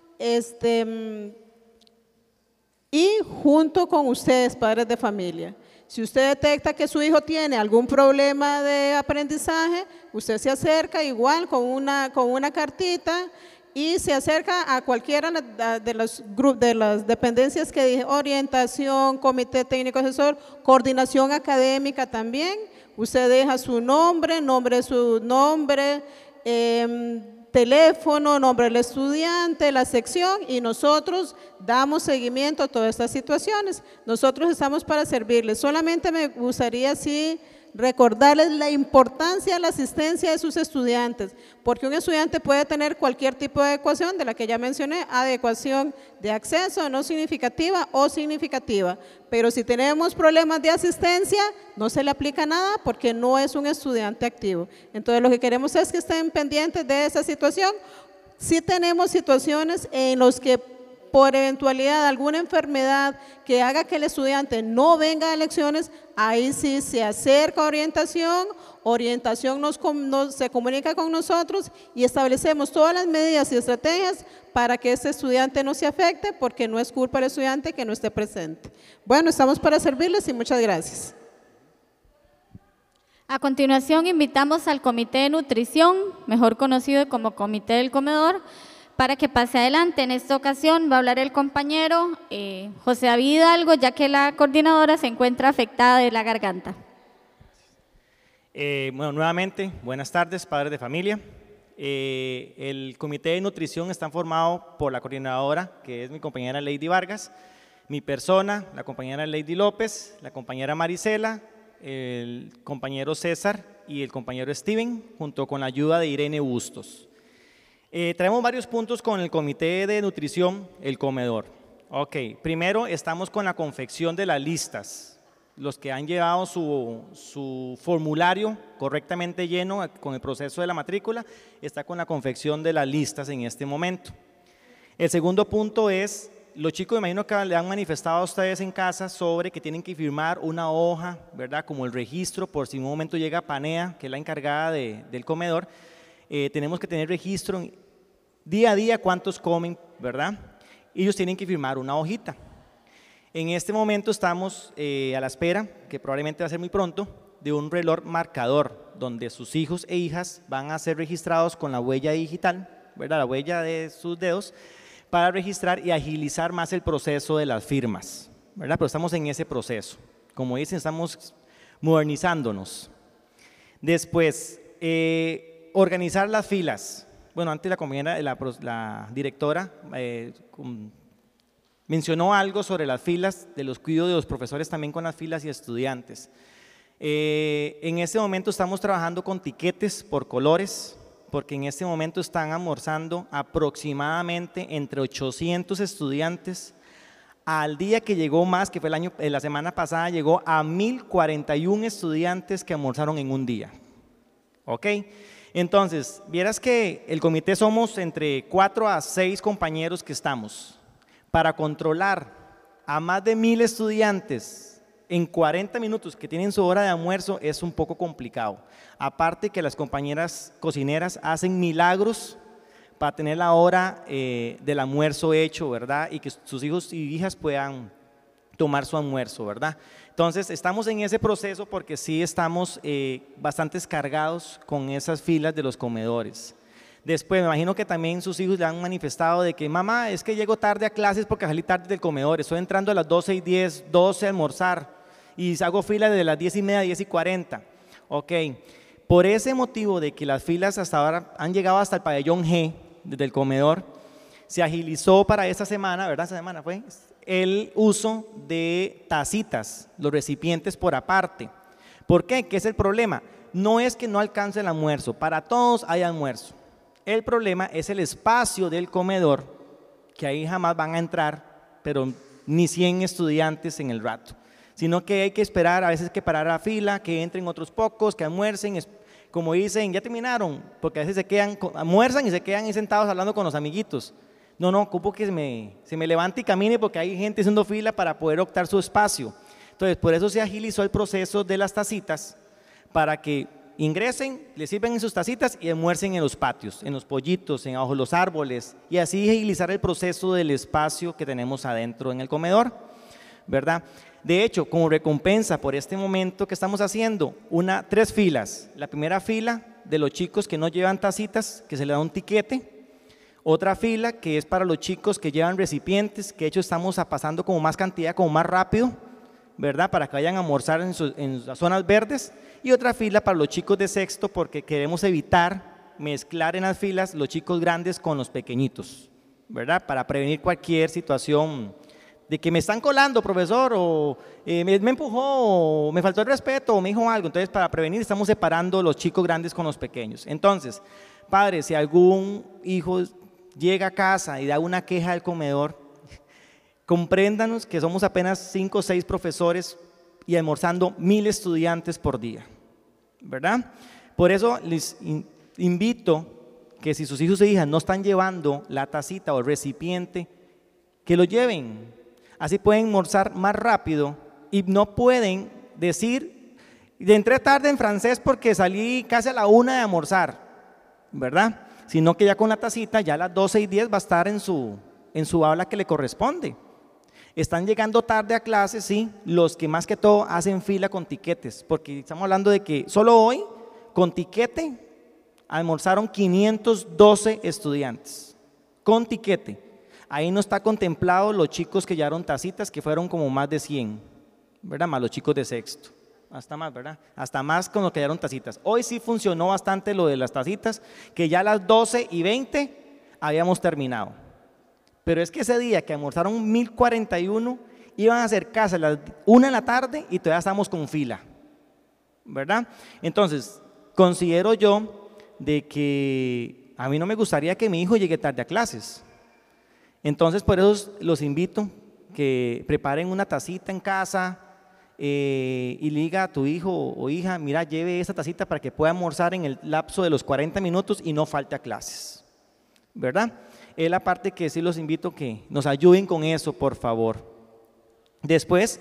y junto con ustedes, padres de familia. Si usted detecta que su hijo tiene algún problema de aprendizaje, usted se acerca igual con una cartita y se acerca a cualquiera de las dependencias que dije, orientación, Comité Técnico Asesor, coordinación académica también. Usted deja su nombre, teléfono, nombre del estudiante, la sección, y nosotros damos seguimiento a todas estas situaciones. Nosotros estamos para servirles. Solamente me gustaría recordarles la importancia de la asistencia de sus estudiantes, porque un estudiante puede tener cualquier tipo de adecuación de la que ya mencioné, adecuación de acceso no significativa o significativa, pero si tenemos problemas de asistencia no se le aplica nada porque no es un estudiante activo. Entonces lo que queremos es que estén pendientes de esa situación. Si tenemos situaciones en las que por eventualidad de alguna enfermedad que haga que el estudiante no venga a lecciones, ahí sí se acerca a orientación se comunica con nosotros y establecemos todas las medidas y estrategias para que ese estudiante no se afecte, porque no es culpa del estudiante que no esté presente. Bueno, estamos para servirles y muchas gracias. A continuación invitamos al Comité de Nutrición, mejor conocido como Comité del Comedor, para que pase adelante. En esta ocasión va a hablar el compañero José David Hidalgo, ya que la coordinadora se encuentra afectada de la garganta. Bueno, nuevamente, buenas tardes, padres de familia. El Comité de Nutrición está formado por la coordinadora, que es mi compañera Lady Vargas, mi persona, la compañera Lady López, la compañera Marisela, el compañero César y el compañero Steven, junto con la ayuda de Irene Bustos. Traemos varios puntos con el Comité de Nutrición, el comedor. Ok, primero estamos con la confección de las listas. Los que han llevado su formulario correctamente lleno con el proceso de la matrícula, está con la confección de las listas en este momento. El segundo punto es, los chicos, imagino que le han manifestado a ustedes en casa sobre que tienen que firmar una hoja, ¿verdad? Como el registro, por si en un momento llega Panea, que es la encargada del comedor, tenemos que tener registro día a día cuántos comen, ¿verdad? Ellos tienen que firmar una hojita. En este momento estamos a la espera, que probablemente va a ser muy pronto, de un reloj marcador, donde sus hijos e hijas van a ser registrados con la huella digital, ¿verdad? La huella de sus dedos, para registrar y agilizar más el proceso de las firmas, ¿verdad? Pero estamos en ese proceso. Como dicen, estamos modernizándonos. Después, organizar las filas. Bueno, antes la compañera, la directora mencionó algo sobre las filas, de los cuidados de los profesores también con las filas y estudiantes. En este momento estamos trabajando con tiquetes por colores, porque en este momento están almorzando aproximadamente entre 800 estudiantes. Al día que llegó más, que fue la semana pasada, llegó a 1041 estudiantes que almorzaron en un día. ¿Ok? Entonces, vieras que el comité somos entre 4 a 6 compañeros que estamos. Para controlar a más de 1000 estudiantes en 40 minutos que tienen su hora de almuerzo es un poco complicado. Aparte que las compañeras cocineras hacen milagros para tener la hora del almuerzo hecho, ¿verdad? Y que sus hijos y hijas puedan tomar su almuerzo, ¿verdad? Entonces, estamos en ese proceso porque sí estamos bastante cargados con esas filas de los comedores. Después, me imagino que también sus hijos le han manifestado de que, mamá, es que llego tarde a clases porque salí tarde del comedor, estoy entrando a las 12:10, 12 a almorzar y hago fila desde las 10:30, 10:40. Ok, por ese motivo de que las filas hasta ahora han llegado hasta el pabellón G, desde el comedor, se agilizó para esta semana, ¿verdad? Esta semana fue el uso de tacitas, los recipientes por aparte. ¿Por qué? ¿Qué es el problema? No es que no alcance el almuerzo, para todos hay almuerzo. El problema es el espacio del comedor, que ahí jamás van a entrar, pero ni 100 estudiantes en el rato, sino que hay que esperar, a veces que parar la fila, que entren otros pocos, que almuercen, como dicen, ya terminaron, porque a veces se quedan, almuerzan y se quedan ahí sentados hablando con los amiguitos. No, ocupo que se me levante y camine porque hay gente haciendo fila para poder optar su espacio. Entonces, por eso se agilizó el proceso de las tacitas, para que ingresen, les sirven en sus tacitas y almuercen en los patios, en los pollitos, bajo los árboles, y así agilizar el proceso del espacio que tenemos adentro en el comedor, ¿verdad? De hecho, como recompensa por este momento que estamos haciendo, 3 filas. La primera fila de los chicos que no llevan tacitas, que se le da un tiquete. Otra fila que es para los chicos que llevan recipientes, que de hecho estamos pasando como más cantidad, como más rápido, ¿verdad? Para que vayan a almorzar en las zonas verdes. Y otra fila para los chicos de sexto, porque queremos evitar mezclar en las filas los chicos grandes con los pequeñitos, ¿verdad? Para prevenir cualquier situación de que me están colando, profesor, o me empujó, o me faltó el respeto, o me dijo algo. Entonces, para prevenir, estamos separando los chicos grandes con los pequeños. Entonces, padres, si algún hijo llega a casa y da una queja del comedor, compréndanos que somos apenas 5 o 6 profesores y almorzando 1000 estudiantes por día, ¿verdad? Por eso les invito que si sus hijos e hijas no están llevando la tacita o el recipiente, que lo lleven. Así pueden almorzar más rápido y no pueden decir, entré tarde en francés porque salí casi a la 1 de almorzar, ¿verdad? Sino que ya con la tacita, ya a las 12:10 va a estar en su aula que le corresponde. Están llegando tarde a clase, sí, los que más que todo hacen fila con tiquetes, porque estamos hablando de que solo hoy, con tiquete, almorzaron 512 estudiantes, con tiquete. Ahí no está contemplado los chicos que llevaron tacitas, que fueron como más de 100, ¿verdad? Más los chicos de sexto, hasta más, ¿verdad? Hasta más con los que llevaron tacitas. Hoy sí funcionó bastante lo de las tacitas, que ya a las 12:20 habíamos terminado. Pero es que ese día que almorzaron 1041, iban a acercarse a las 1 de la tarde y todavía estamos con fila, ¿verdad? Entonces, considero yo de que a mí no me gustaría que mi hijo llegue tarde a clases. Entonces, por eso los invito que preparen una tacita en casa y le diga a tu hijo o hija, mira, lleve esa tacita para que pueda almorzar en el lapso de los 40 minutos y no falte a clases, ¿verdad? Es la parte que sí los invito que nos ayuden con eso, por favor. Después,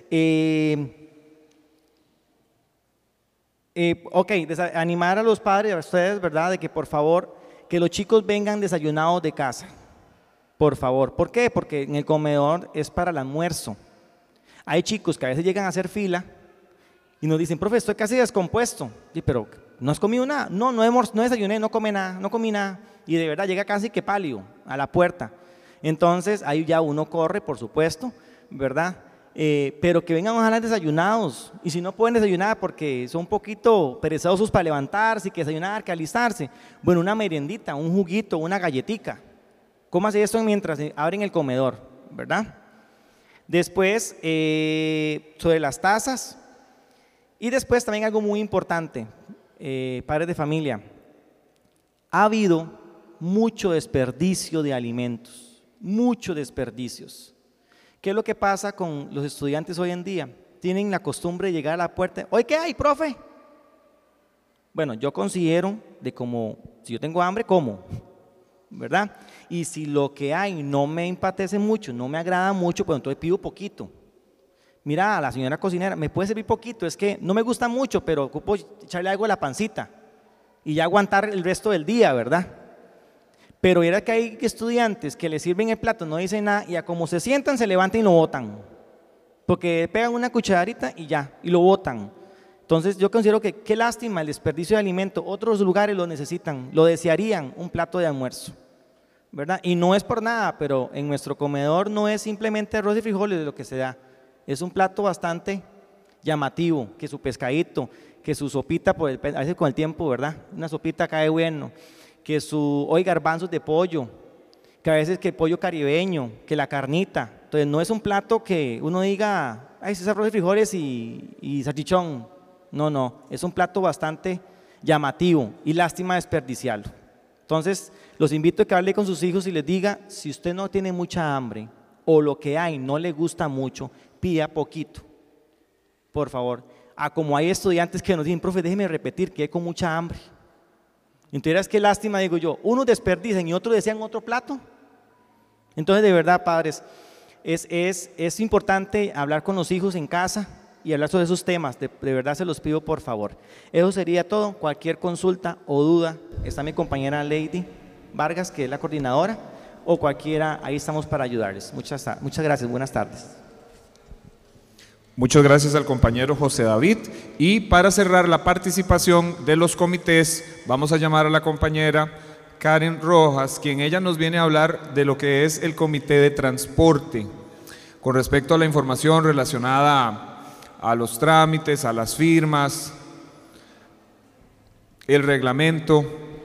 animar a los padres, a ustedes, ¿verdad? De que por favor, que los chicos vengan desayunados de casa. Por favor. ¿Por qué? Porque en el comedor es para el almuerzo. Hay chicos que a veces llegan a hacer fila y nos dicen, profe, estoy casi descompuesto. Sí, pero ¿no has comido nada? No desayuné, no comí nada. Y de verdad llega casi que pálido a la puerta. Entonces ahí ya uno corre, por supuesto, ¿verdad? Pero que vengan ojalá desayunados. Y si no pueden desayunar porque son un poquito perezosos para levantarse, que desayunar, que alistarse, bueno, una meriendita, un juguito, una galletica. Cómase esto mientras abren el comedor, ¿verdad? Después, sobre las tazas. Y después también algo muy importante, padres de familia. ha habido mucho desperdicio de alimentos, muchos desperdicios. ¿Qué es lo que pasa con los estudiantes hoy en día? Tienen la costumbre de llegar a la puerta, ¿hoy qué hay, profe? Bueno, yo considero de como, si yo tengo hambre, como, ¿verdad? Y si lo que hay no me empatece mucho, no me agrada mucho, pues entonces pido poquito. Mira, la señora cocinera, ¿me puede servir poquito? Es que no me gusta mucho, pero ocupo echarle algo a la pancita y ya aguantar el resto del día, ¿verdad? Pero era que hay estudiantes que le sirven el plato, no dicen nada, y a como se sientan, se levantan y lo botan. Porque pegan una cucharadita y ya, y lo botan. Entonces yo considero que qué lástima el desperdicio de alimento. Otros lugares lo necesitan, lo desearían, un plato de almuerzo, ¿verdad? Y no es por nada, pero en nuestro comedor no es simplemente arroz y frijoles lo que se da. Es un plato bastante llamativo, que su pescadito, que su sopita, a veces con el tiempo, ¿verdad? Una sopita cae bueno, que hoy garbanzos de pollo, que a veces que pollo caribeño, que la carnita. Entonces no es un plato que uno diga, ay, es arroz y frijoles y salchichón. No, no, es un plato bastante llamativo y lástima desperdiciarlo. Entonces los invito a que hable con sus hijos y les diga, si usted no tiene mucha hambre o lo que hay no le gusta mucho, pida poquito, por favor. Como hay estudiantes que nos dicen, profe, déjeme repetir que hay con mucha hambre. Entonces, qué lástima, digo yo, unos desperdician y otros desean otro plato. Entonces, de verdad, padres, es importante hablar con los hijos en casa y hablar sobre esos temas, de verdad se los pido por favor. Eso sería todo. Cualquier consulta o duda, está mi compañera Lady Vargas, que es la coordinadora, o cualquiera, ahí estamos para ayudarles. Muchas gracias, buenas tardes. Muchas gracias al compañero José David. Y para cerrar la participación de los comités, vamos a llamar a la compañera Karen Rojas, quien ella nos viene a hablar de lo que es el comité de transporte, con respecto a la información relacionada a los trámites, a las firmas, el reglamento.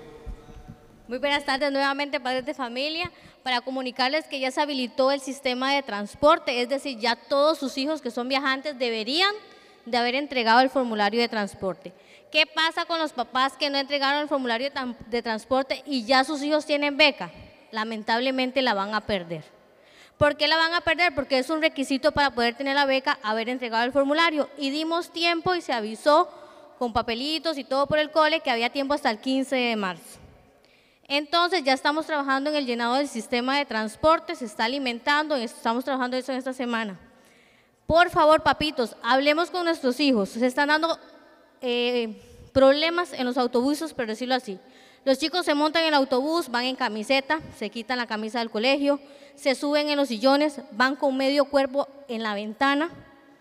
Muy buenas tardes nuevamente, padres de familia, para comunicarles que ya se habilitó el sistema de transporte, es decir, ya todos sus hijos que son viajantes deberían de haber entregado el formulario de transporte. ¿Qué pasa con los papás que no entregaron el formulario de transporte y ya sus hijos tienen beca? Lamentablemente la van a perder. ¿Por qué la van a perder? Porque es un requisito para poder tener la beca haber entregado el formulario, y dimos tiempo y se avisó con papelitos y todo por el cole que había tiempo hasta el 15 de marzo. Entonces ya estamos trabajando en el llenado del sistema de transporte, se está alimentando, estamos trabajando eso en esta semana. Por favor, papitos, hablemos con nuestros hijos. Se están dando problemas en los autobuses, por decirlo así. Los chicos se montan en el autobús, van en camiseta, se quitan la camisa del colegio, se suben en los sillones, van con medio cuerpo en la ventana.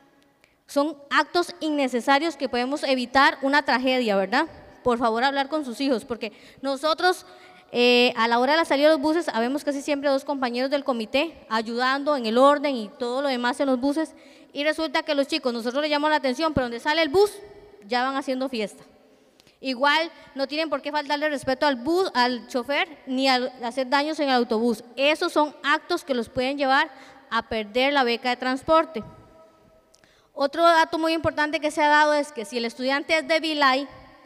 Son actos innecesarios que podemos evitar una tragedia, ¿verdad? Por favor, hablar con sus hijos, porque nosotros a la hora de la salida de los buses, habemos casi siempre dos compañeros del comité ayudando en el orden y todo lo demás en los buses, y resulta que los chicos, nosotros les llamamos la atención, pero donde sale el bus, ya van haciendo fiesta. Igual no tienen por qué faltarle respeto al bus, al chofer, ni hacer daños en el autobús. Esos son actos que los pueden llevar a perder la beca de transporte. Otro dato muy importante que se ha dado es que si el estudiante es de Vilay,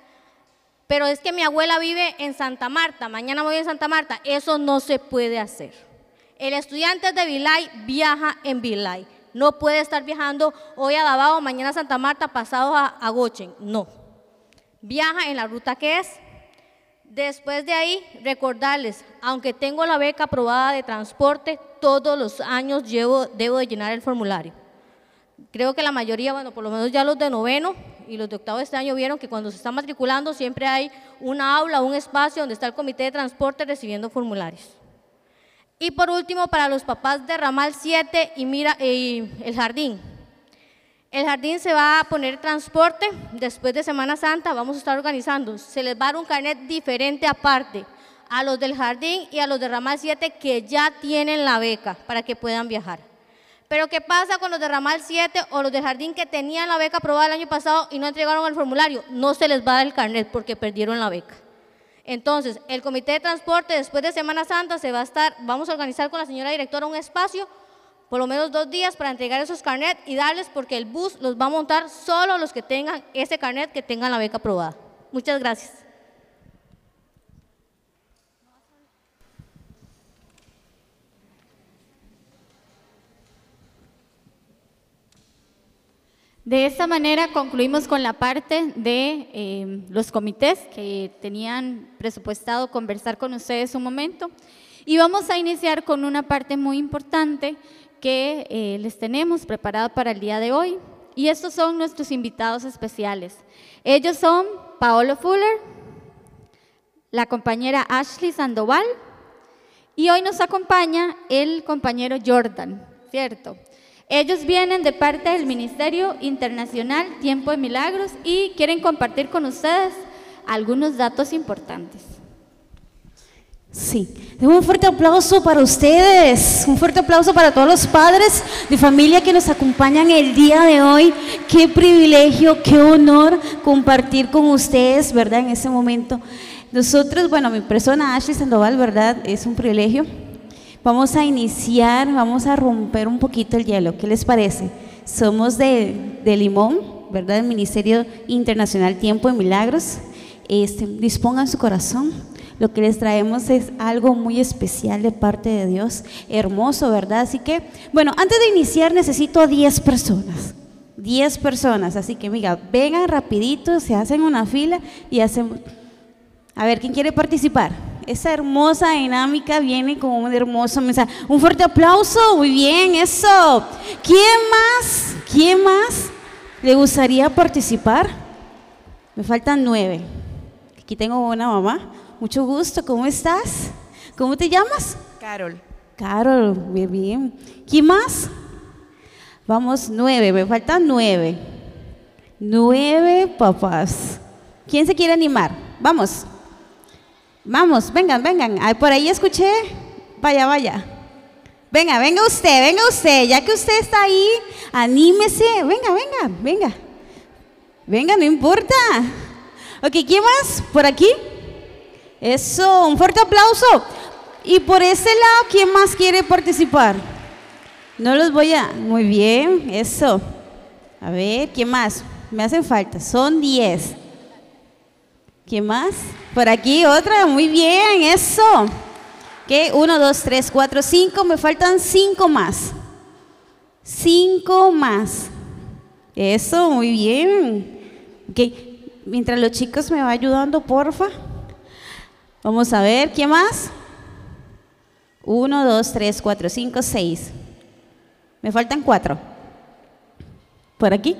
pero es que mi abuela vive en Santa Marta, mañana voy a Santa Marta, eso no se puede hacer. El estudiante de Vilay viaja en Vilay, no puede estar viajando hoy a Davao, mañana a Santa Marta, pasado a Gochen, no. Viaja en la ruta que es. Después de ahí, recordarles, aunque tengo la beca aprobada de transporte, todos los años debo de llenar el formulario. Creo que la mayoría, bueno, por lo menos ya los de noveno y los de octavo de este año vieron que cuando se está matriculando siempre hay una aula, un espacio donde está el comité de transporte recibiendo formularios. Y por último, para los papás de Ramal 7 y el jardín. El jardín se va a poner transporte, después de Semana Santa vamos a estar organizando, se les va a dar un carnet diferente aparte a los del jardín y a los de Ramal 7 que ya tienen la beca para que puedan viajar. Pero ¿qué pasa con los de Ramal 7 o los del jardín que tenían la beca aprobada el año pasado y no entregaron el formulario? No se les va a dar el carnet porque perdieron la beca. Entonces, el comité de transporte después de Semana Santa vamos a organizar con la señora directora un espacio por lo menos 2 días para entregar esos carnets y darles, porque el bus los va a montar solo los que tengan ese carnet, que tengan la beca aprobada. Muchas gracias. De esta manera concluimos con la parte de los comités que tenían presupuestado conversar con ustedes un momento, y vamos a iniciar con una parte muy importante que les tenemos preparada para el día de hoy, y estos son nuestros invitados especiales. Ellos son Paolo Fuller, la compañera Ashley Sandoval, y hoy nos acompaña el compañero Jordan, ¿cierto? Ellos vienen de parte del Ministerio Internacional Tiempo de Milagros y quieren compartir con ustedes algunos datos importantes. Sí, un fuerte aplauso para ustedes, un fuerte aplauso para todos los padres de familia que nos acompañan el día de hoy. Qué privilegio, qué honor compartir con ustedes, ¿verdad? En ese momento. Nosotros, bueno, mi persona, Ashley Sandoval, ¿verdad? Es un privilegio. Vamos a iniciar, vamos a romper un poquito el hielo. ¿Qué les parece? Somos de Limón, ¿verdad? El Ministerio Internacional Tiempo de Milagros. Dispongan su corazón. Lo que les traemos es algo muy especial de parte de Dios, hermoso, ¿verdad? Así que, bueno, antes de iniciar necesito 10 personas. 10 personas, así que, mira, vengan rapidito, se hacen una fila y hacen... A ver, ¿quién quiere participar? Esa hermosa dinámica viene con un hermoso mensaje. Un fuerte aplauso, muy bien, eso. ¿Quién más le gustaría participar? Me faltan 9. Aquí tengo una mamá. Mucho gusto, ¿cómo estás? ¿Cómo te llamas? Carol. Carol, muy bien. ¿Quién más? Vamos, 9, me faltan 9. 9 papás. ¿Quién se quiere animar? Vamos. Vamos, vengan. Ay, por ahí escuché. Vaya. Venga usted. Ya que usted está ahí, anímese. Venga. Venga, no importa. Ok, ¿quién más? ¿Por aquí? Eso, un fuerte aplauso. Y por ese lado, ¿quién más quiere participar? No los voy a... Muy bien, eso. A ver, ¿quién más? Me hacen falta, son 10. ¿Quién más? Por aquí otra, muy bien, eso. ¿Qué? 1, 2, 3, 4, 5, me faltan 5 más. 5 más. Eso, muy bien. Ok, mientras los chicos me van ayudando, porfa. Vamos a ver, ¿quién más? 1, 2, 3, 4, 5, 6. Me faltan 4. ¿Por aquí?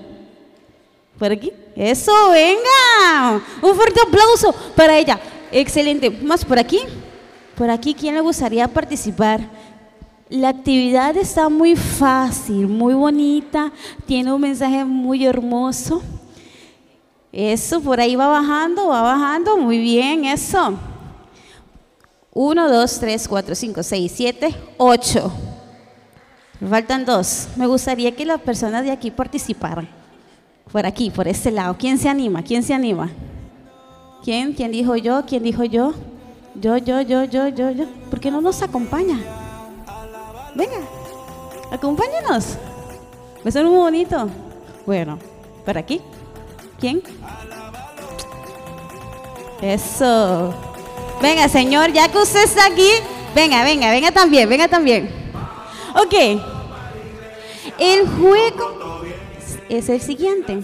Eso, venga. Un fuerte aplauso para ella. Excelente. ¿Más por aquí? Por aquí, ¿quién le gustaría participar? La actividad está muy fácil, muy bonita. Tiene un mensaje muy hermoso. Eso, por ahí va bajando. Muy bien, eso. 1, 2, 3, 4, 5, 6, 7, 8. Me faltan 2. Me gustaría que las personas de aquí participaran. Por aquí, por este lado. ¿Quién se anima? ¿Quién dijo yo? Yo. ¿Por qué no nos acompaña? Venga, acompáñanos. ¿Me suena muy bonito? Bueno, por aquí. ¿Quién? Eso. Venga, señor, ya que usted está aquí, venga también. Ok, el juego es el siguiente.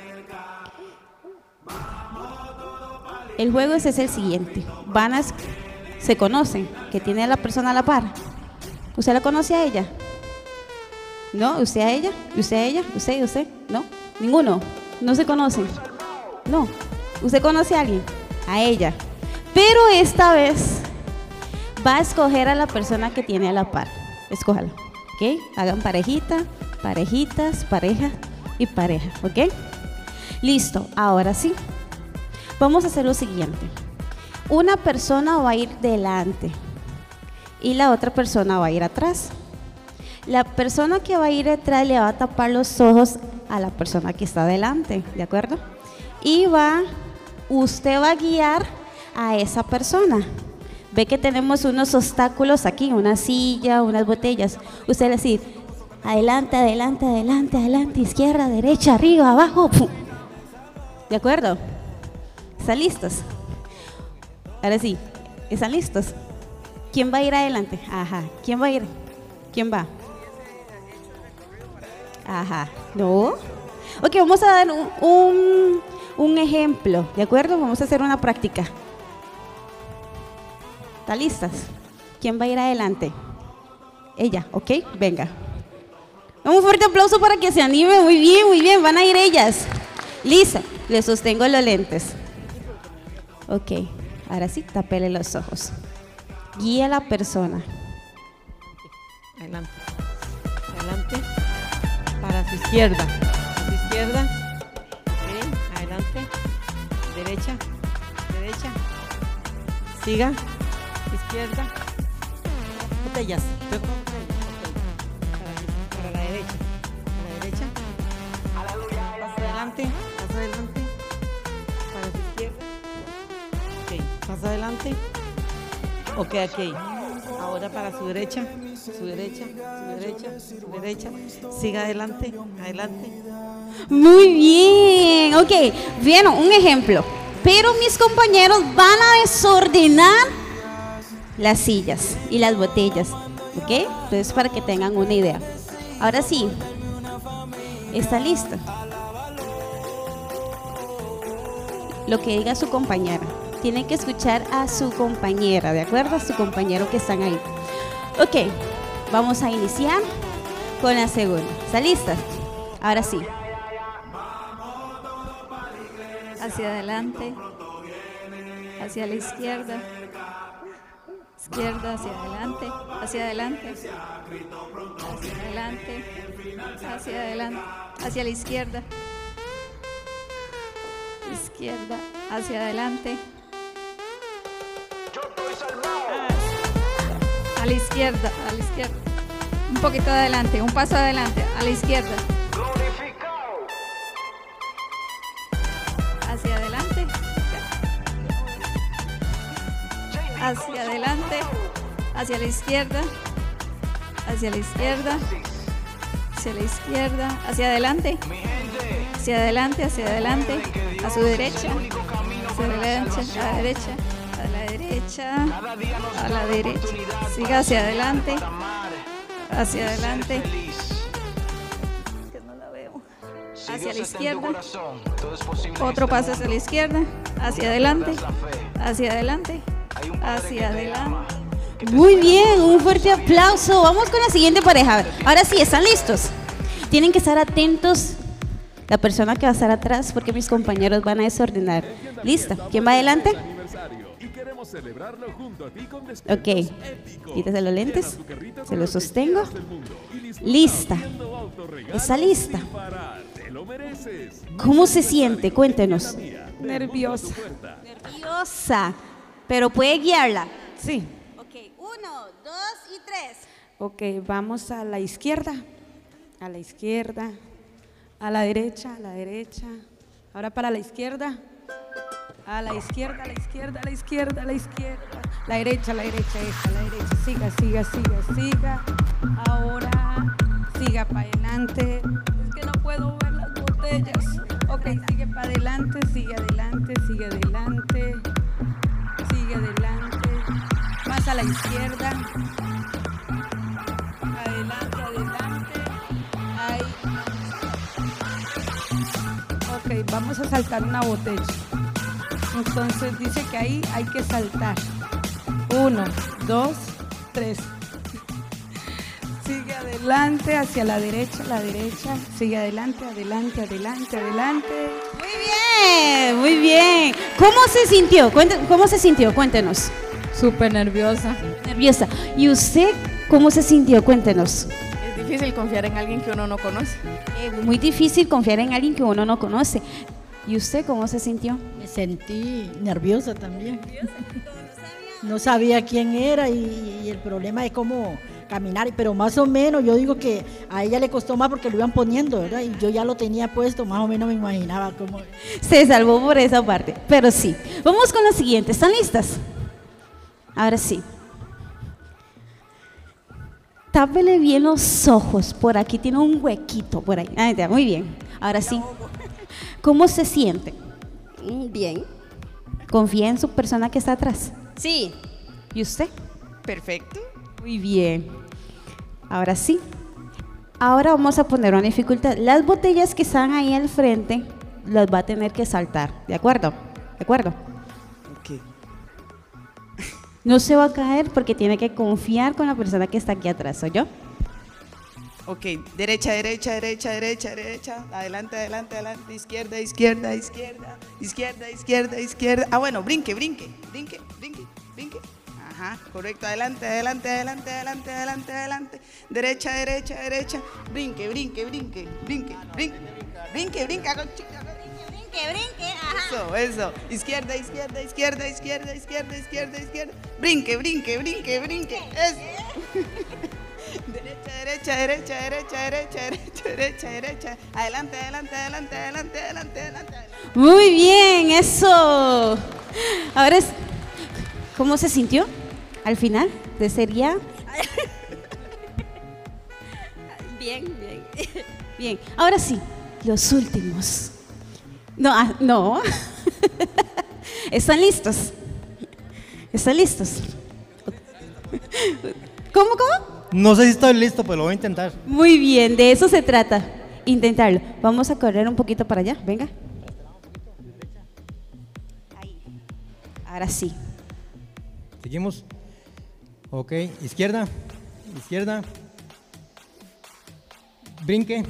Se conocen, que tiene a la persona a la par. ¿Usted la conoce a ella? ¿No? ¿Usted a ella? ¿Usted a ella? ¿Usted? ¿No? ¿Ninguno? ¿No se conocen? No. ¿Usted conoce a alguien? A ella. Pero esta vez va a escoger a la persona que tiene a la par. Escójala, ¿ok? Hagan parejitas, pareja y pareja, ¿ok? Listo, ahora sí. Vamos a hacer lo siguiente. Una persona va a ir delante y la otra persona va a ir atrás. La persona que va a ir detrás le va a tapar los ojos a la persona que está delante, ¿de acuerdo? Y usted va a guiar a esa persona. Ve que tenemos unos obstáculos aquí, una silla, unas botellas. Usted le dice, adelante, izquierda, derecha, arriba, abajo. ¡Pum! ¿De acuerdo? ¿Están listos? Ahora sí, ¿están listos? ¿Quién va a ir adelante? Ajá. ¿Quién va a ir? ¿Quién va? Ajá. ¿No? Ok, vamos a dar un ejemplo, ¿de acuerdo? Vamos a hacer una práctica. ¿Están listas? ¿Quién va a ir adelante? Ella, ¿ok? Venga. Un fuerte aplauso para que se anime. Muy bien, van a ir ellas. Lisa, le sostengo los lentes. Ok, ahora sí, tapele los ojos. Guía a la persona. Adelante. Adelante. Para su izquierda. A su izquierda. Ok, adelante. Derecha. Derecha. Siga. Izquierda. Botellas. Para la derecha. A la derecha. Pasa adelante. Pasa adelante. Para su izquierda. Ok, pasa adelante. Ok, aquí. Ahora para su derecha. Su derecha. Su derecha. Su derecha. Siga adelante. Adelante. Muy bien, ok, bien, un ejemplo. Pero mis compañeros van a desordenar las sillas y las botellas, ¿ok? Entonces para que tengan una idea. Ahora sí, ¿está lista? Lo que diga su compañera. Tienen que escuchar a su compañera, ¿de acuerdo? A su compañero que están ahí. Ok, vamos a iniciar con la segunda. ¿Está lista? Ahora sí. Hacia adelante, hacia la izquierda, izquierda, hacia adelante, hacia adelante, hacia adelante, hacia adelante, hacia la izquierda, izquierda, hacia adelante, a la izquierda, un poquito adelante, un paso adelante, a la izquierda. Hacia adelante, hacia adelante, hacia la izquierda, hacia la izquierda, hacia la izquierda, hacia adelante, hacia adelante, a su derecha, hacia adelante, a la derecha, a la derecha, a la derecha, siga hacia adelante, hacia la izquierda, otro paso hacia la izquierda, hacia adelante, hacia adelante, hacia adelante. Muy bien, un fuerte aplauso. Vamos con la siguiente pareja. Ahora sí, ¿están listos? Tienen que estar atentos la persona que va a estar atrás porque mis compañeros van a desordenar. ¿Lista? ¿Quién va adelante? Ok, quítese los lentes, se los sostengo. Lista. ¿Está lista? ¿Cómo se siente? Cuéntenos. Nerviosa. Nerviosa, pero puede guiarla. Sí. Ok, 1, 2 y 3. Ok, vamos a la izquierda, a la izquierda, a la derecha, a la derecha. Ahora para la izquierda, a la izquierda, a la izquierda, a la izquierda, a la izquierda. La derecha, esta, la derecha. Siga, siga, siga, siga. Ahora, siga para adelante. Es que no puedo ver las botellas. Ok, sigue para adelante, sigue adelante, sigue adelante. Sigue adelante. Más a la izquierda. Adelante, adelante. Ahí. Ok, vamos a saltar una botella. Entonces dice que ahí hay que saltar. 1, 2, 3. Sigue adelante, hacia la derecha, sigue adelante, adelante, adelante, adelante. Muy bien. ¿Cómo se sintió? ¿Cómo se sintió? Cuéntenos. Súper nerviosa. Nerviosa. ¿Y usted cómo se sintió? Cuéntenos. Es difícil confiar en alguien que uno no conoce. Muy difícil confiar en alguien que uno no conoce. ¿Y usted cómo se sintió? Me sentí nerviosa también. No sabía quién era y el problema de cómo caminar, pero más o menos yo digo que a ella le costó más porque lo iban poniendo, ¿verdad? Y yo ya lo tenía puesto, más o menos me imaginaba cómo. Se salvó por esa parte, pero sí. Vamos con la siguiente, ¿están listas? Ahora sí. Tápele bien los ojos, por aquí tiene un huequito por ahí. Ah, ya, muy bien, ahora sí. ¿Cómo se siente? Bien. ¿Confía en su persona que está atrás? Sí. ¿Y usted? Perfecto. Muy bien. Ahora sí. Ahora vamos a poner una dificultad. Las botellas que están ahí al frente las va a tener que saltar, ¿de acuerdo? ¿De acuerdo? Ok. No se va a caer porque tiene que confiar con la persona que está aquí atrás, ¿soy yo? Ok, derecha, derecha, derecha, derecha, derecha, adelante, adelante, adelante, izquierda, izquierda, izquierda, izquierda, izquierda, izquierda. Ah, bueno, brinque, brinque, brinque, brinque, brinque. Ajá, correcto, adelante, adelante, adelante, adelante, adelante, adelante. Derecha, derecha, derecha, brinque, brinque, brinque, brinque, brinque, brinque, brinque, hago chica. Brinque, ajá. Eso. Izquierda, izquierda, izquierda, izquierda, izquierda, izquierda, izquierda. Brinque, brinque, brinque, brinque. Eso. Derecha, derecha, derecha, derecha, derecha, derecha, derecha. Adelante, adelante, adelante, adelante, adelante, adelante. Muy bien, eso. Ahora es, ¿cómo se sintió al final? Sería Bien, bien. bien. Ahora sí, los últimos. No, no. ¿Están listos? ¿Están listos? ¿Cómo? No sé si estoy listo, pero lo voy a intentar. Muy bien, de eso se trata. Intentarlo. Vamos a correr un poquito para allá, venga. Ahí. Ahora sí. Seguimos. Ok, izquierda, izquierda. Brinque.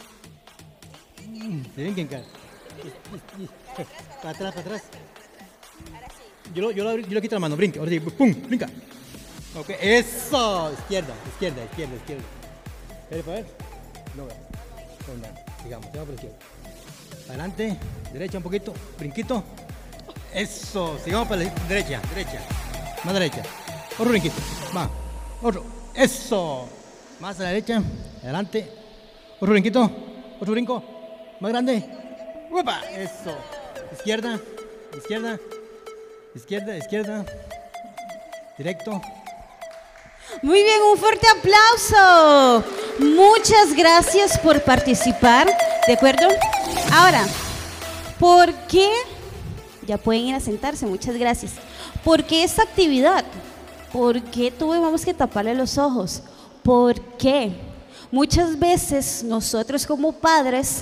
Brinquen, cara. Para atrás, para atrás. Yo le quito la mano, brinque. Ahora sí, pum, brinca. Ok, eso. Izquierda, izquierda, izquierda, izquierda. ¿Quieres para ver? No, sigamos por la izquierda. Adelante, derecha un poquito, brinquito. Eso, sigamos para la derecha, derecha. Más derecha. Otro brinquito, va. Otro, eso. Más a la derecha, adelante. Otro brinquito, otro brinco. Más grande. ¡Uepa! Eso. Izquierda, izquierda, izquierda, izquierda. Directo. Muy bien, un fuerte aplauso. Muchas gracias por participar, ¿de acuerdo? Ahora, ¿por qué? Ya pueden ir a sentarse, muchas gracias. ¿Por qué esta actividad? ¿Por qué tuvimos que taparle los ojos? ¿Por qué? Muchas veces nosotros como padres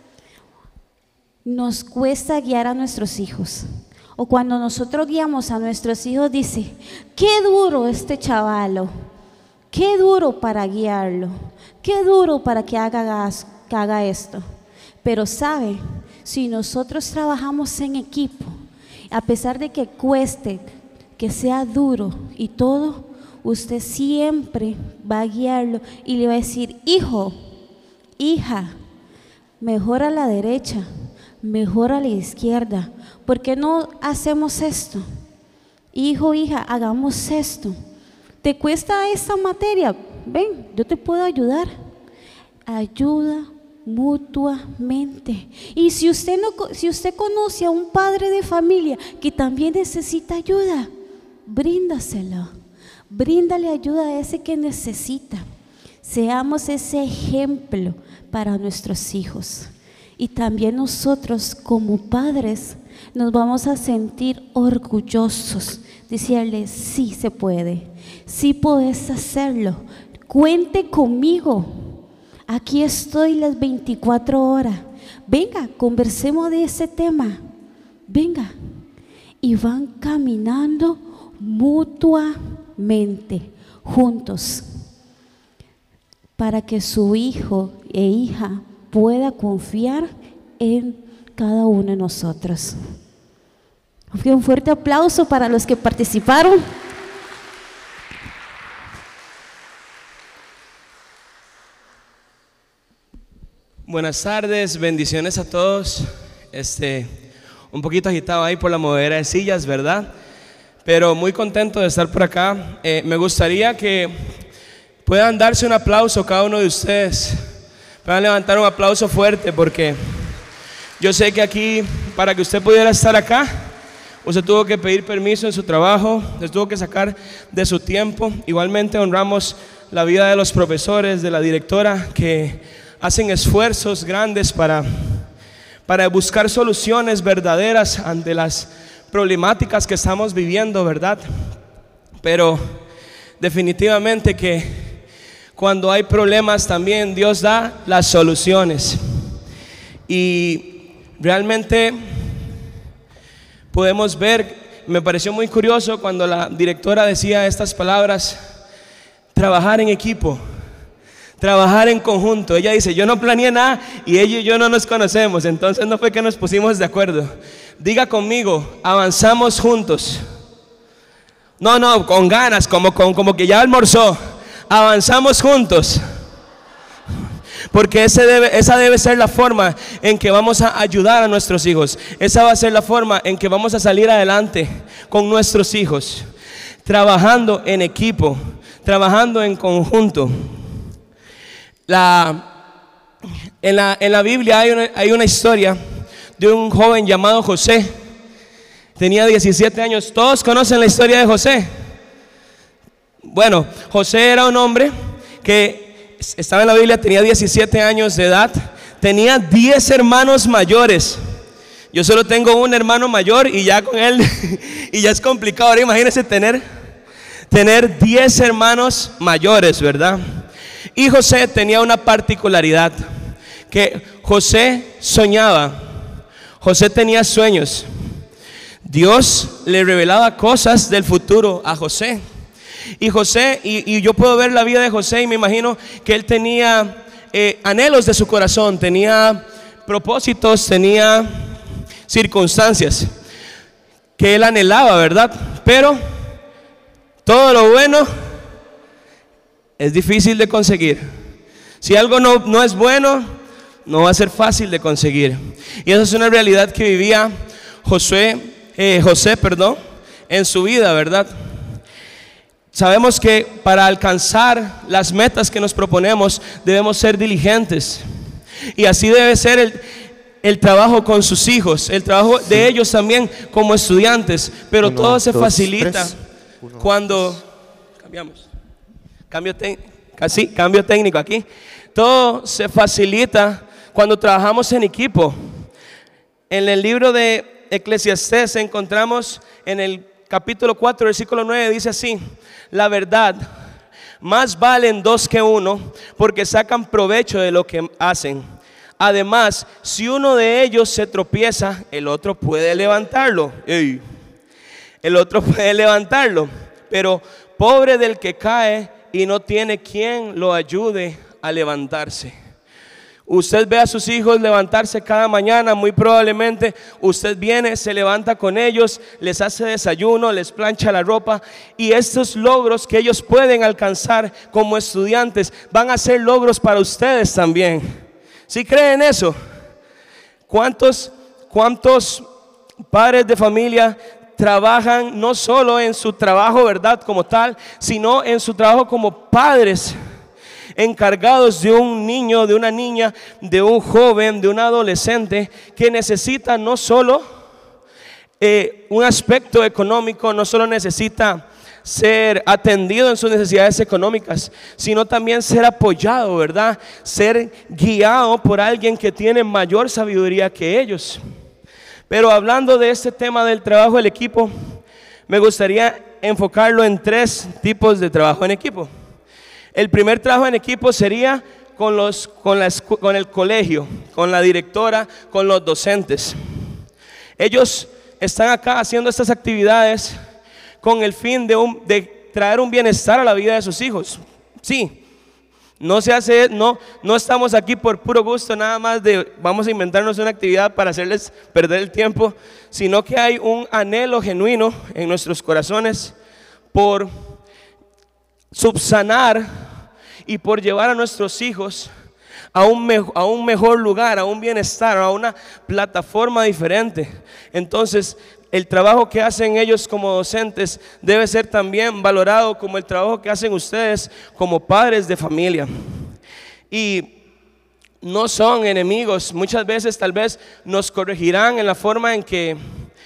nos cuesta guiar a nuestros hijos. O cuando nosotros guiamos a nuestros hijos, dice, qué duro este chavalo, qué duro para guiarlo, qué duro para que haga esto. Pero sabe, si nosotros trabajamos en equipo, a pesar de que cueste, que sea duro y todo, usted siempre va a guiarlo y le va a decir, hijo, hija, mejor a la derecha, mejor a la izquierda. ¿Por qué no hacemos esto? Hijo, hija, hagamos esto. ¿Te cuesta esta materia? Ven, yo te puedo ayudar. Ayuda mutuamente. Y si usted conoce a un padre de familia que también necesita ayuda, bríndaselo. Bríndale ayuda a ese que necesita. Seamos ese ejemplo para nuestros hijos. Y también nosotros como padres nos vamos a sentir orgullosos, decirle, sí se puede, sí puedes hacerlo, cuente conmigo, aquí estoy las 24 horas, venga, conversemos de ese tema, venga, y van caminando mutuamente, juntos, para que su hijo e hija pueda confiar en cada uno de nosotros. Un fuerte aplauso para los que participaron. Buenas tardes, bendiciones a todos. Un poquito agitado ahí por la movedera de sillas, ¿verdad? Pero muy contento de estar por acá. Me gustaría que puedan darse un aplauso cada uno de ustedes. Puedan levantar un aplauso fuerte porque yo sé que aquí, para que usted pudiera estar acá, usted tuvo que pedir permiso en su trabajo, usted tuvo que sacar de su tiempo. Igualmente honramos la vida de los profesores, de la directora, que hacen esfuerzos grandes para buscar soluciones verdaderas ante las problemáticas que estamos viviendo, ¿verdad? Pero definitivamente que cuando hay problemas también Dios da las soluciones. Y realmente podemos ver, me pareció muy curioso cuando la directora decía estas palabras: trabajar en equipo, trabajar en conjunto. Ella dice, yo no planeé nada y ella y yo no nos conocemos, entonces no fue que nos pusimos de acuerdo. Diga conmigo, avanzamos juntos. No, con ganas, como que ya almorzó. Avanzamos juntos. Porque esa debe ser la forma en que vamos a ayudar a nuestros hijos. Esa va a ser la forma en que vamos a salir adelante con nuestros hijos. Trabajando en equipo, trabajando en conjunto. En la Biblia hay una historia de un joven llamado José. Tenía 17 años. ¿Todos conocen la historia de José? Bueno, José era un hombre que estaba en la Biblia, tenía 17 años de edad, tenía 10 hermanos mayores. Yo solo tengo un hermano mayor y ya con él, y ya es complicado. Ahora imagínense tener 10 hermanos mayores, ¿verdad? Y José tenía una particularidad, que José soñaba, José tenía sueños. Dios le revelaba cosas del futuro a José. Y José, y yo puedo ver la vida de José y me imagino que él tenía anhelos de su corazón, tenía propósitos, tenía circunstancias que él anhelaba, ¿verdad? Pero todo lo bueno es difícil de conseguir. Si algo no es bueno, no va a ser fácil de conseguir. Y esa es una realidad que vivía José, en su vida, ¿verdad? Sabemos que para alcanzar las metas que nos proponemos debemos ser diligentes. Y así debe ser el trabajo con sus hijos, el trabajo de ellos también como estudiantes. Pero todo se facilita cuando cambiamos. Cambio técnico aquí. Todo se facilita cuando trabajamos en equipo. En el libro de Eclesiastés encontramos en el capítulo 4, versículo 9, dice así: la verdad, más valen dos que uno, porque sacan provecho de lo que hacen. Además, si uno de ellos se tropieza, el otro puede levantarlo. El otro puede levantarlo. Pero pobre del que cae y no tiene quien lo ayude a levantarse. Usted ve a sus hijos levantarse cada mañana, muy probablemente usted viene, se levanta con ellos, les hace desayuno, les plancha la ropa, y estos logros que ellos pueden alcanzar como estudiantes van a ser logros para ustedes también. ¿Sí creen eso? ¿Cuántos padres de familia trabajan no solo en su trabajo, verdad, como tal, sino en su trabajo como padres, encargados de un niño, de una niña, de un joven, de un adolescente que necesita no solo un aspecto económico, no solo necesita ser atendido en sus necesidades económicas, sino también ser apoyado, ¿verdad? Ser guiado por alguien que tiene mayor sabiduría que ellos. Pero hablando de este tema del trabajo del equipo, me gustaría enfocarlo en 3 tipos de trabajo en equipo. El primer trabajo en equipo sería con el colegio, con la directora, con los docentes. Ellos están acá haciendo estas actividades con el fin de traer un bienestar a la vida de sus hijos. Sí, no estamos aquí por puro gusto, nada más de vamos a inventarnos una actividad para hacerles perder el tiempo, sino que hay un anhelo genuino en nuestros corazones por subsanar y por llevar a nuestros hijos a un mejor lugar, a un bienestar, a una plataforma diferente. Entonces, el trabajo que hacen ellos como docentes debe ser también valorado como el trabajo que hacen ustedes como padres de familia. Y no son enemigos. Muchas veces tal vez nos corregirán en la forma en que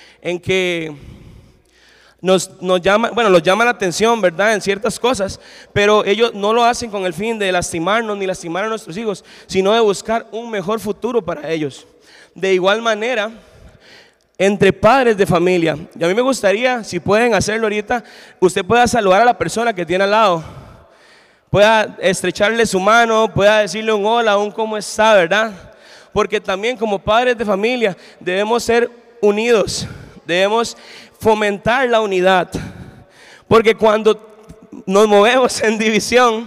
nos llaman la atención, ¿verdad? En ciertas cosas, pero ellos no lo hacen con el fin de lastimarnos ni lastimar a nuestros hijos, sino de buscar un mejor futuro para ellos. De igual manera, entre padres de familia, y a mí me gustaría, si pueden hacerlo ahorita, usted pueda saludar a la persona que tiene al lado, pueda estrecharle su mano, pueda decirle un hola, un cómo está, ¿verdad? Porque también como padres de familia debemos ser unidos, debemos fomentar la unidad, porque cuando nos movemos en división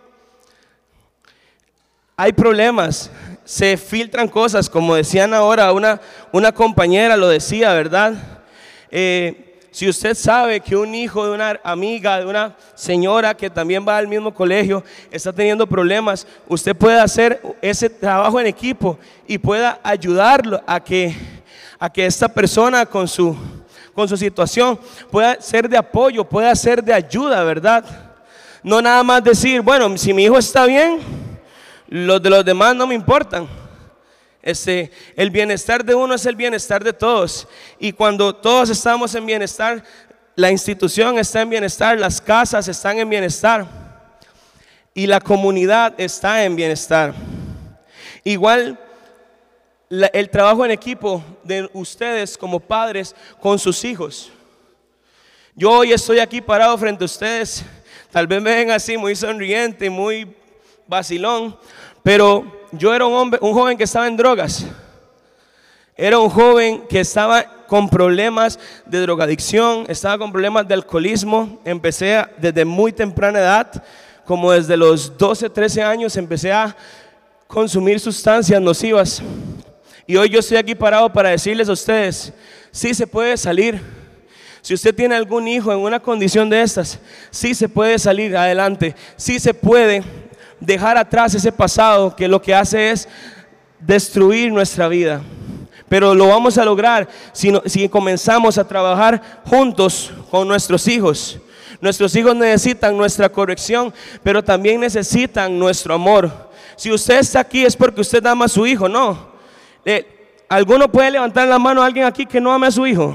hay problemas, se filtran cosas, como decían ahora, una compañera lo decía, ¿verdad? Si usted sabe que un hijo de una amiga, de una señora que también va al mismo colegio, está teniendo problemas, usted puede hacer ese trabajo en equipo y pueda ayudarlo a que esta persona con su situación pueda ser de apoyo, pueda ser de ayuda, ¿verdad? No nada más decir, bueno, si mi hijo está bien, los de los demás no me importan. El bienestar de uno es el bienestar de todos, y cuando todos estamos en bienestar, la institución está en bienestar, las casas están en bienestar y la comunidad está en bienestar. Igual el trabajo en equipo de ustedes como padres con sus hijos. Yo hoy estoy aquí parado frente a ustedes, tal vez me ven así muy sonriente, muy vacilón, pero yo era un joven que estaba en drogas. Era un joven que estaba con problemas de drogadicción, estaba con problemas de alcoholismo. Empecé desde muy temprana edad, como desde los 12, 13 años, empecé a consumir sustancias nocivas. Y hoy yo estoy aquí parado para decirles a ustedes, sí se puede salir. Si usted tiene algún hijo en una condición de estas, sí se puede salir adelante, sí se puede dejar atrás ese pasado que lo que hace es destruir nuestra vida. Pero lo vamos a lograr si comenzamos a trabajar juntos con nuestros hijos. Nuestros hijos necesitan nuestra corrección, pero también necesitan nuestro amor. Si usted está aquí es porque usted ama a su hijo, ¿no? ¿Alguno puede levantar la mano a alguien aquí que no ame a su hijo?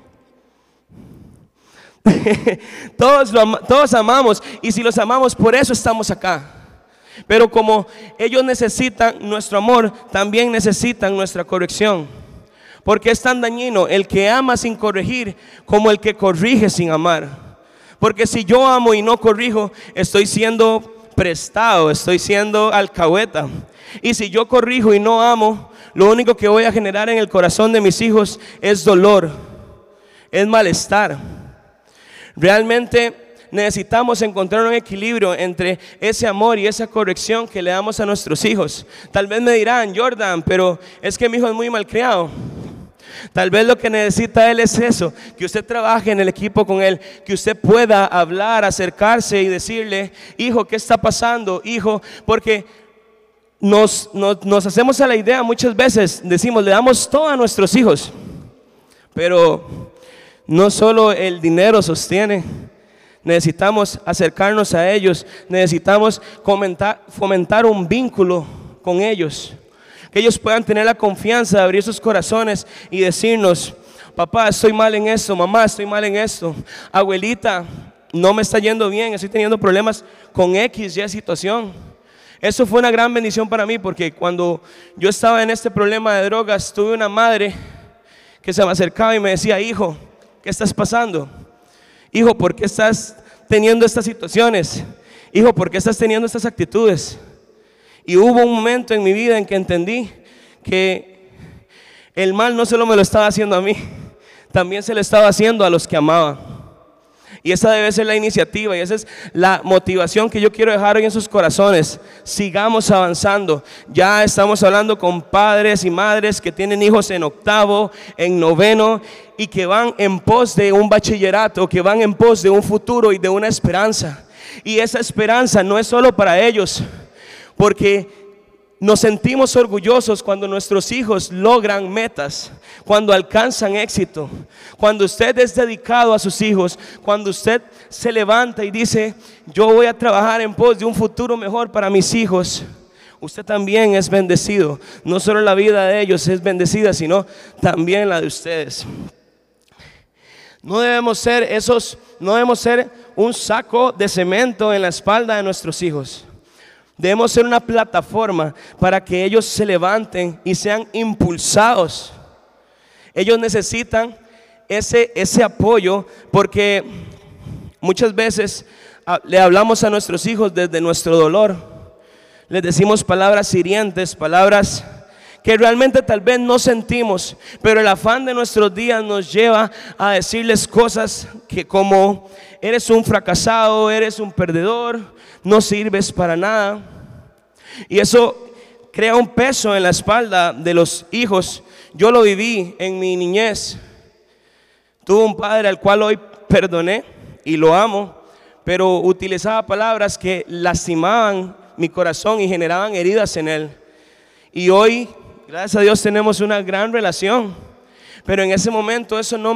Todos amamos, y si los amamos, por eso estamos acá. Pero como ellos necesitan nuestro amor, también necesitan nuestra corrección. Porque es tan dañino el que ama sin corregir como el que corrige sin amar. Porque si yo amo y no corrijo, estoy siendo prestado, estoy siendo alcahueta. Y si yo corrijo y no amo, lo único que voy a generar en el corazón de mis hijos es dolor, es malestar. Realmente necesitamos encontrar un equilibrio entre ese amor y esa corrección que le damos a nuestros hijos. Tal vez me dirán, Jordan, pero es que mi hijo es muy malcriado. Tal vez lo que necesita él es eso, que usted trabaje en el equipo con él, que usted pueda hablar, acercarse y decirle, hijo, ¿qué está pasando? Hijo, porque nos hacemos a la idea muchas veces, decimos, le damos todo a nuestros hijos, pero no solo el dinero sostiene. Necesitamos acercarnos a ellos, necesitamos fomentar un vínculo con ellos, que ellos puedan tener la confianza de abrir sus corazones y decirnos, papá, estoy mal en esto, mamá, estoy mal en esto, abuelita, no me está yendo bien, estoy teniendo problemas con X, Y situación. Eso fue una gran bendición para mí, porque cuando yo estaba en este problema de drogas, tuve una madre que se me acercaba y me decía, hijo, ¿qué estás pasando? Hijo, ¿por qué estás teniendo estas situaciones? Hijo, ¿por qué estás teniendo estas actitudes? Y hubo un momento en mi vida en que entendí que el mal no solo me lo estaba haciendo a mí, también se lo estaba haciendo a los que amaba. Y esa debe ser la iniciativa y esa es la motivación que yo quiero dejar hoy en sus corazones. Sigamos avanzando. Ya estamos hablando con padres y madres que tienen hijos en octavo, en noveno y que van en pos de un bachillerato, que van en pos de un futuro y de una esperanza. Y esa esperanza no es solo para ellos, porque nos sentimos orgullosos cuando nuestros hijos logran metas, cuando alcanzan éxito, cuando usted es dedicado a sus hijos, cuando usted se levanta y dice, yo voy a trabajar en pos de un futuro mejor para mis hijos. Usted también es bendecido, no solo la vida de ellos es bendecida, sino también la de ustedes. No debemos ser un saco de cemento en la espalda de nuestros hijos. Debemos ser una plataforma para que ellos se levanten y sean impulsados. Ellos necesitan ese apoyo, porque muchas veces le hablamos a nuestros hijos desde nuestro dolor. Les decimos palabras hirientes, palabras que realmente tal vez no sentimos, pero el afán de nuestros días nos lleva a decirles cosas que como eres un fracasado, eres un perdedor, no sirves para nada. Y eso crea un peso en la espalda de los hijos. Yo lo viví en mi niñez. Tuve un padre al cual hoy perdoné y lo amo, pero utilizaba palabras que lastimaban mi corazón y generaban heridas en él. Y hoy, gracias a Dios, tenemos una gran relación. Pero en ese momento eso no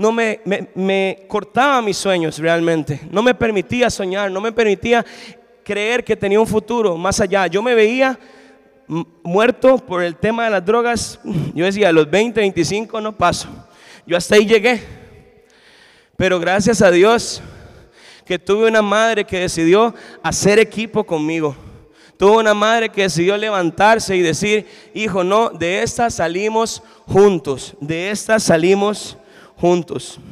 me cortaba mis sueños realmente. No me permitía soñar, no me permitía creer que tenía un futuro más allá. Yo me veía muerto por el tema de las drogas. Yo decía, a los 20, 25 no paso. Yo hasta ahí llegué. Pero gracias a Dios que tuve una madre que decidió hacer equipo conmigo. Tuve una madre que decidió levantarse y decir, hijo, no, de esta salimos juntos, de esta salimos juntos.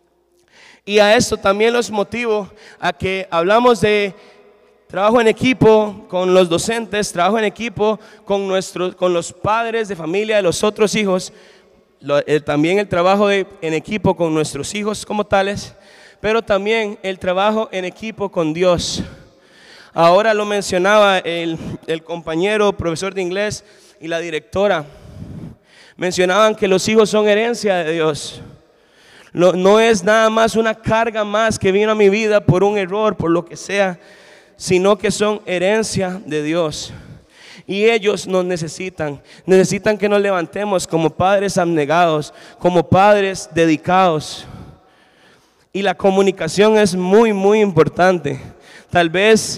Y a esto también los motivo a que hablamos de trabajo en equipo con los docentes, trabajo en equipo con los padres de familia de los otros hijos, también el trabajo en equipo con nuestros hijos como tales, pero también el trabajo en equipo con Dios. Ahora lo mencionaba el compañero profesor de inglés y la directora. Mencionaban que los hijos son herencia de Dios. No es nada más una carga más que vino a mi vida por un error, por lo que sea, sino que son herencia de Dios. Y ellos nos necesitan que nos levantemos como padres abnegados, como padres dedicados. Y la comunicación es muy, muy importante. Tal vez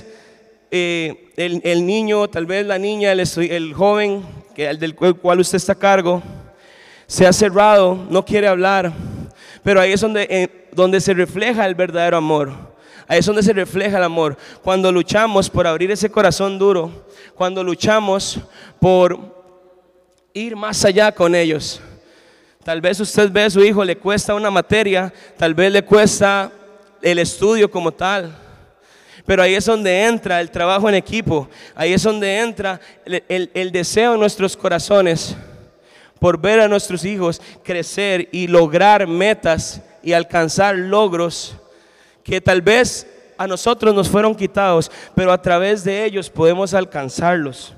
el niño, tal vez la niña, el joven del cual usted está a cargo, se ha cerrado, no quiere hablar, pero ahí es donde se refleja el verdadero amor. Ahí es donde se refleja el amor, cuando luchamos por abrir ese corazón duro, cuando luchamos por ir más allá con ellos. Tal vez usted ve a su hijo, le cuesta una materia, tal vez le cuesta el estudio como tal. Pero ahí es donde entra el trabajo en equipo, ahí es donde entra el deseo en nuestros corazones por ver a nuestros hijos crecer y lograr metas y alcanzar logros que tal vez a nosotros nos fueron quitados, pero a través de ellos podemos alcanzarlos.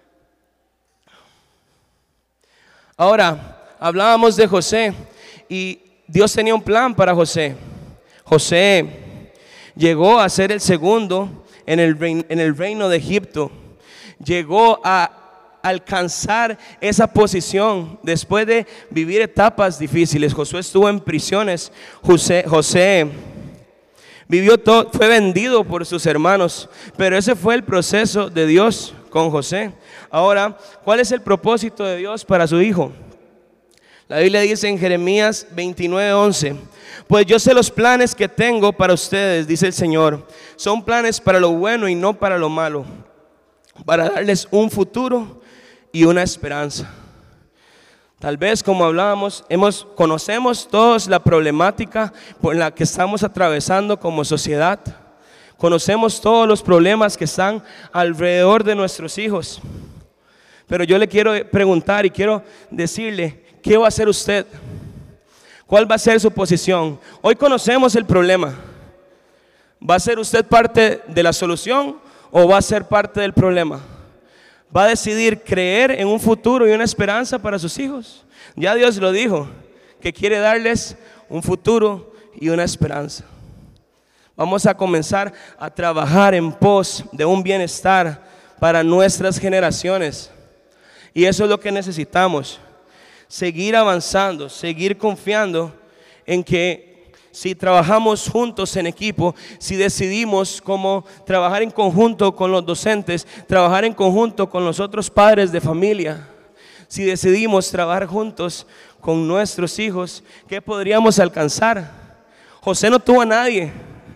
Ahora, hablábamos de José y Dios tenía un plan para José. José llegó a ser el segundo en el reino de Egipto. Llegó a alcanzar esa posición después de vivir etapas difíciles. Josué estuvo en prisiones. José vivió todo, fue vendido por sus hermanos, pero ese fue el proceso de Dios con José. Ahora, ¿cuál es el propósito de Dios para su hijo? La Biblia dice en Jeremías 29:11, pues yo sé los planes que tengo para ustedes, dice el Señor, son planes para lo bueno y no para lo malo, para darles un futuro y una esperanza. Tal vez, como hablábamos, conocemos todos la problemática por la que estamos atravesando como sociedad. Conocemos todos los problemas que están alrededor de nuestros hijos. Pero yo le quiero preguntar y quiero decirle, ¿qué va a hacer usted? ¿Cuál va a ser su posición? Hoy conocemos el problema. ¿Va a ser usted parte de la solución o va a ser parte del problema? ¿Va a decidir creer en un futuro y una esperanza para sus hijos? Ya Dios lo dijo, que quiere darles un futuro y una esperanza. Vamos a comenzar a trabajar en pos de un bienestar para nuestras generaciones. Y eso es lo que necesitamos. Seguir avanzando, seguir confiando en que si trabajamos juntos en equipo, si decidimos cómo trabajar en conjunto con los docentes, trabajar en conjunto con los otros padres de familia, si decidimos trabajar juntos con nuestros hijos, ¿qué podríamos alcanzar? José no tuvo a nadie.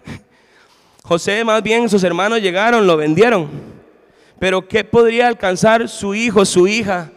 José, más bien, sus hermanos llegaron, lo vendieron. Pero ¿qué podría alcanzar su hijo, su hija,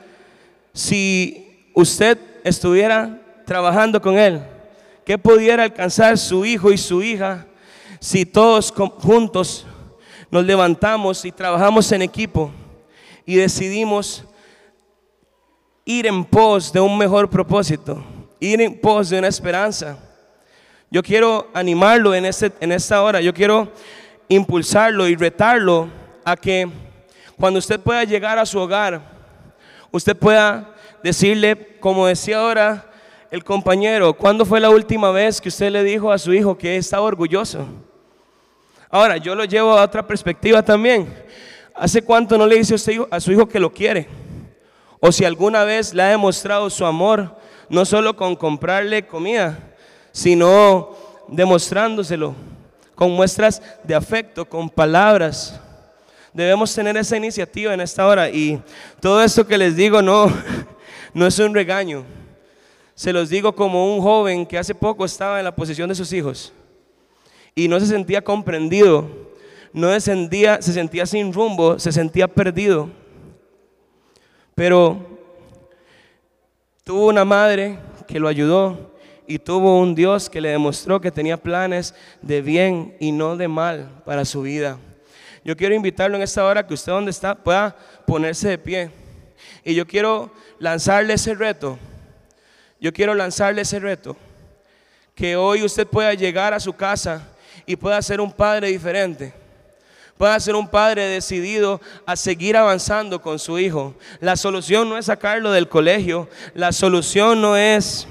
si usted estuviera trabajando con él? ¿Qué pudiera alcanzar su hijo y su hija si todos juntos nos levantamos y trabajamos en equipo y decidimos ir en pos de un mejor propósito, ir en pos de una esperanza. Yo quiero animarlo en esta hora, yo quiero impulsarlo y retarlo a que cuando usted pueda llegar a su hogar, usted pueda decirle, como decía ahora el compañero, ¿cuándo fue la última vez que usted le dijo a su hijo que estaba orgulloso? Ahora, yo lo llevo a otra perspectiva también. ¿Hace cuánto no le dice usted a su hijo que lo quiere? O si alguna vez le ha demostrado su amor, no solo con comprarle comida, sino demostrándoselo con muestras de afecto, con palabras. Debemos tener esa iniciativa en esta hora. Y todo esto que les digo no es un regaño. Se los digo como un joven que hace poco estaba en la posición de sus hijos y no se sentía comprendido, se sentía sin rumbo, se sentía perdido. Pero tuvo una madre que lo ayudó y tuvo un Dios que le demostró que tenía planes de bien y no de mal para su vida. Yo quiero invitarlo en esta hora que usted donde está pueda ponerse de pie. Y yo quiero lanzarle ese reto. Que hoy usted pueda llegar a su casa y pueda ser un padre diferente. Pueda ser un padre decidido a seguir avanzando con su hijo. La solución no es sacarlo del colegio. La solución no es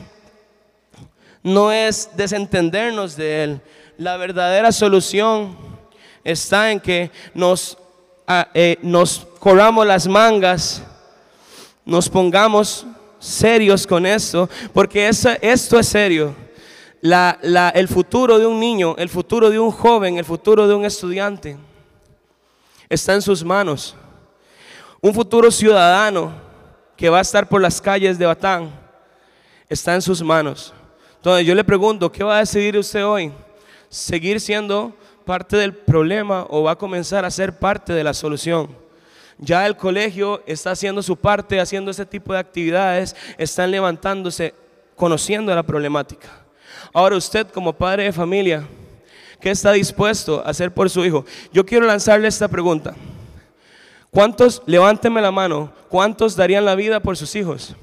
desentendernos de él. La verdadera solución está en que nos corramos las mangas, nos pongamos serios con esto, porque esto es serio. El futuro de un niño, el futuro de un joven, el futuro de un estudiante está en sus manos. Un futuro ciudadano que va a estar por las calles de Batán está en sus manos. Entonces yo le pregunto, ¿qué va a decidir usted hoy? ¿Seguir siendo parte del problema o va a comenzar a ser parte de la solución? Ya el colegio está haciendo su parte, haciendo ese tipo de actividades, están levantándose, conociendo la problemática. Ahora usted como padre de familia, ¿qué está dispuesto a hacer por su hijo? Yo quiero lanzarle esta pregunta. ¿Cuántos, levánteme la mano, cuántos darían la vida por sus hijos?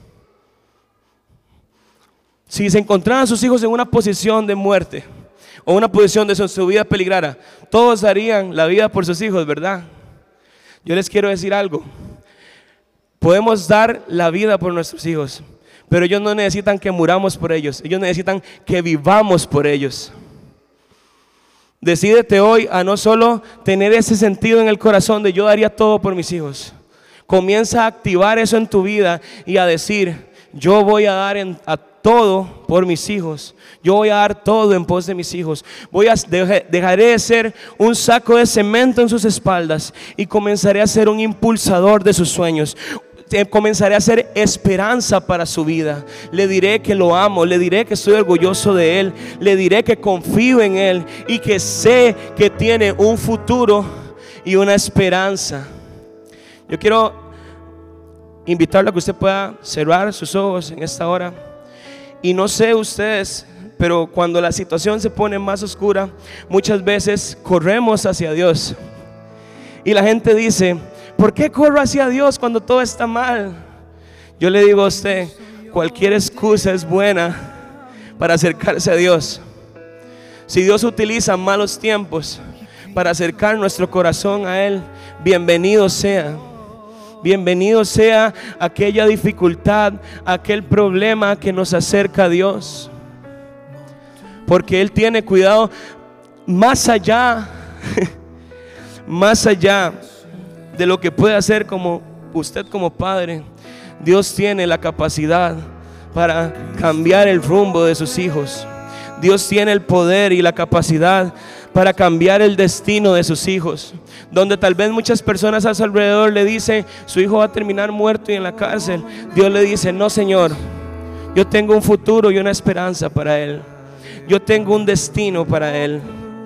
Si se encontraran sus hijos en una posición de muerte o una posición de su vida peligrara, todos darían la vida por sus hijos, ¿verdad? Yo les quiero decir algo. Podemos dar la vida por nuestros hijos, pero ellos no necesitan que muramos por ellos, ellos necesitan que vivamos por ellos. Decídete hoy a no solo tener ese sentido en el corazón de yo daría todo por mis hijos. Comienza a activar eso en tu vida y a decir, yo voy a dar a todo por mis hijos. Yo voy a dar todo en pos de mis hijos. Dejaré de ser un saco de cemento en sus espaldas y comenzaré a ser un impulsador de sus sueños. Comenzaré a ser esperanza para su vida. Le diré que lo amo, le diré que estoy orgulloso de él, le diré que confío en él y que sé que tiene un futuro y una esperanza. Yo quiero invitarlo a que usted pueda cerrar sus ojos en esta hora. Y no sé ustedes, pero cuando la situación se pone más oscura, muchas veces corremos hacia Dios. Y la gente dice, ¿por qué corro hacia Dios cuando todo está mal? Yo le digo a usted, cualquier excusa es buena para acercarse a Dios. Si Dios utiliza malos tiempos para acercar nuestro corazón a Él, bienvenido sea. Bienvenido sea aquella dificultad, aquel problema que nos acerca a Dios. Porque Él tiene cuidado más allá de lo que puede hacer como usted como padre. Dios tiene la capacidad para cambiar el rumbo de sus hijos. Dios tiene el poder y la capacidad para cambiar el destino de sus hijos. Donde tal vez muchas personas a su alrededor le dicen, su hijo va a terminar muerto y en la cárcel. Dios le dice, no Señor, yo tengo un futuro y una esperanza para él. Yo tengo un destino para él.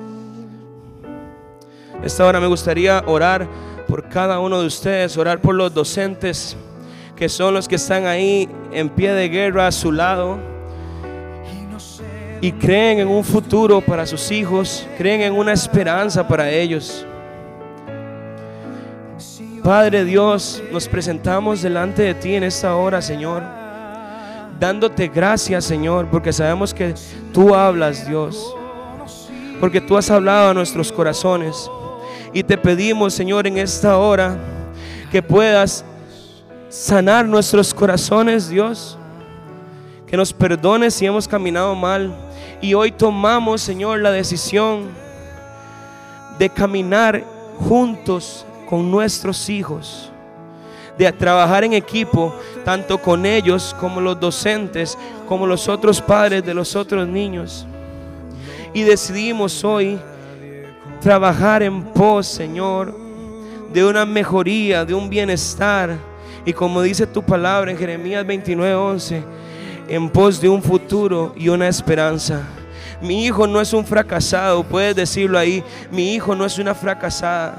Esta hora me gustaría orar por cada uno de ustedes, orar por los docentes que son los que están ahí en pie de guerra a su lado. y creen en un futuro para sus hijos, creen en una esperanza para ellos. Padre Dios, nos presentamos delante de ti en esta hora, Señor, dándote gracias, Señor, porque sabemos que tú hablas, Dios, porque tú has hablado a nuestros corazones. Y te pedimos, Señor, en esta hora que puedas sanar nuestros corazones, Dios, que nos perdones si hemos caminado mal. Y hoy tomamos, Señor, la decisión de caminar juntos con nuestros hijos, de trabajar en equipo, tanto con ellos como los docentes, como los otros padres de los otros niños. Y decidimos hoy trabajar en pos, Señor, de una mejoría, de un bienestar. Y como dice tu palabra en Jeremías 29:11, en pos de un futuro y una esperanza. Mi hijo no es un fracasado, puedes decirlo ahí. Mi hijo no es una fracasada.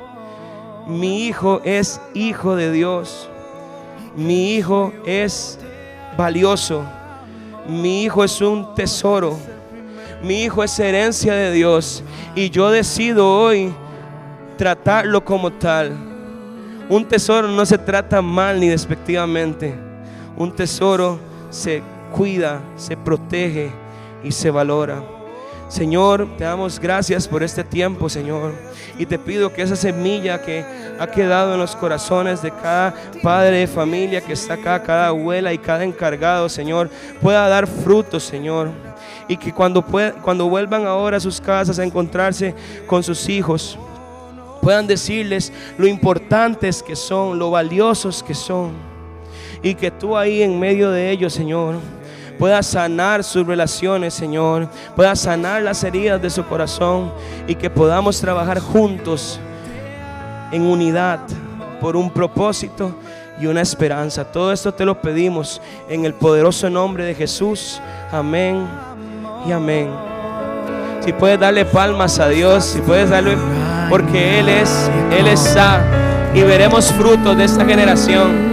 Mi hijo es hijo de Dios. Mi hijo es valioso. Mi hijo es un tesoro. Mi hijo es herencia de Dios. Y yo decido hoy tratarlo como tal. Un tesoro no se trata mal ni despectivamente. Un tesoro se cuida, se protege y se valora. Señor, te damos gracias por este tiempo, Señor, y te pido que esa semilla que ha quedado en los corazones de cada padre de familia que está acá, cada abuela y cada encargado, Señor, pueda dar frutos, Señor, y que cuando vuelvan ahora a sus casas a encontrarse con sus hijos, puedan decirles lo importantes que son, lo valiosos que son, y que tú ahí en medio de ellos, Señor, puedas sanar sus relaciones, Señor, puedas sanar las heridas de su corazón, y que podamos trabajar juntos en unidad por un propósito y una esperanza. Todo esto te lo pedimos en el poderoso nombre de Jesús. Amén y amén. Si puedes darle palmas a Dios, si puedes darle, porque Él está, y veremos frutos de esta generación.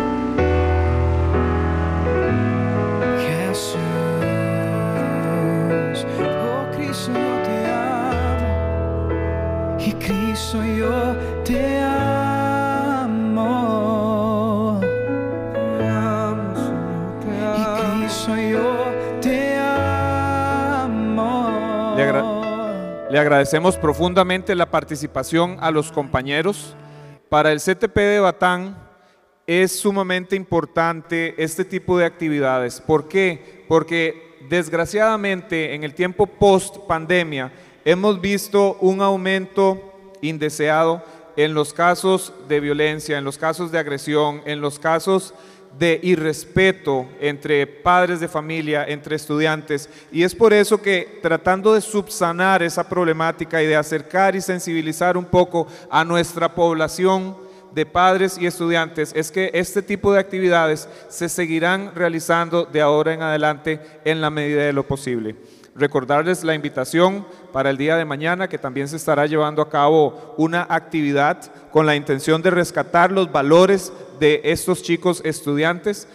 Le agradecemos profundamente la participación a los compañeros. Para el CTP de Batán es sumamente importante este tipo de actividades. ¿Por qué? Porque desgraciadamente en el tiempo post pandemia hemos visto un aumento indeseado en los casos de violencia, en los casos de agresión, en los casos de irrespeto entre padres de familia, entre estudiantes, y es por eso que tratando de subsanar esa problemática y de acercar y sensibilizar un poco a nuestra población de padres y estudiantes, es que este tipo de actividades se seguirán realizando de ahora en adelante en la medida de lo posible. Recordarles la invitación para el día de mañana, que también se estará llevando a cabo una actividad con la intención de rescatar los valores de estos chicos estudiantes.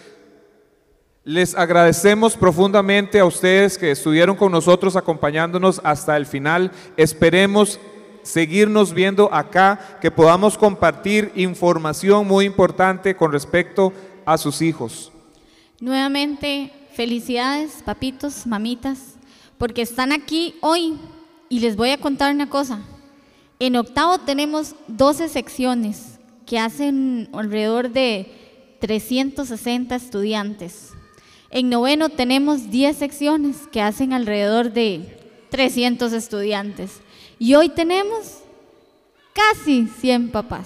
Les agradecemos profundamente a ustedes que estuvieron con nosotros acompañándonos hasta el final. Esperemos seguirnos viendo acá, que podamos compartir información muy importante con respecto a sus hijos. Nuevamente, felicidades, papitos, mamitas, porque están aquí hoy, y les voy a contar una cosa. En octavo tenemos 12 secciones que hacen alrededor de 360 estudiantes. En noveno tenemos 10 secciones que hacen alrededor de 300 estudiantes. Y hoy tenemos casi 100 papás.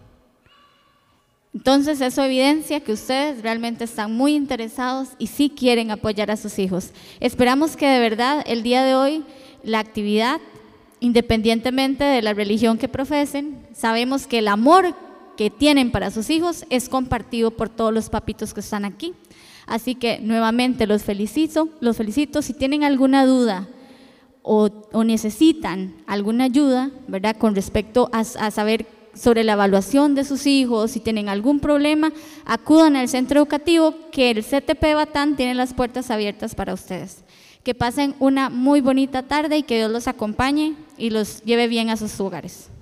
Entonces eso evidencia que ustedes realmente están muy interesados y sí quieren apoyar a sus hijos. Esperamos que de verdad el día de hoy la actividad, independientemente de la religión que profesen, sabemos que el amor que tienen para sus hijos es compartido por todos los papitos que están aquí. Así que nuevamente los felicito. Si tienen alguna duda o necesitan alguna ayuda, ¿verdad?, con respecto a saber sobre la evaluación de sus hijos, si tienen algún problema, acudan al centro educativo, que el CTP Batán tiene las puertas abiertas para ustedes. Que pasen una muy bonita tarde y que Dios los acompañe y los lleve bien a sus hogares.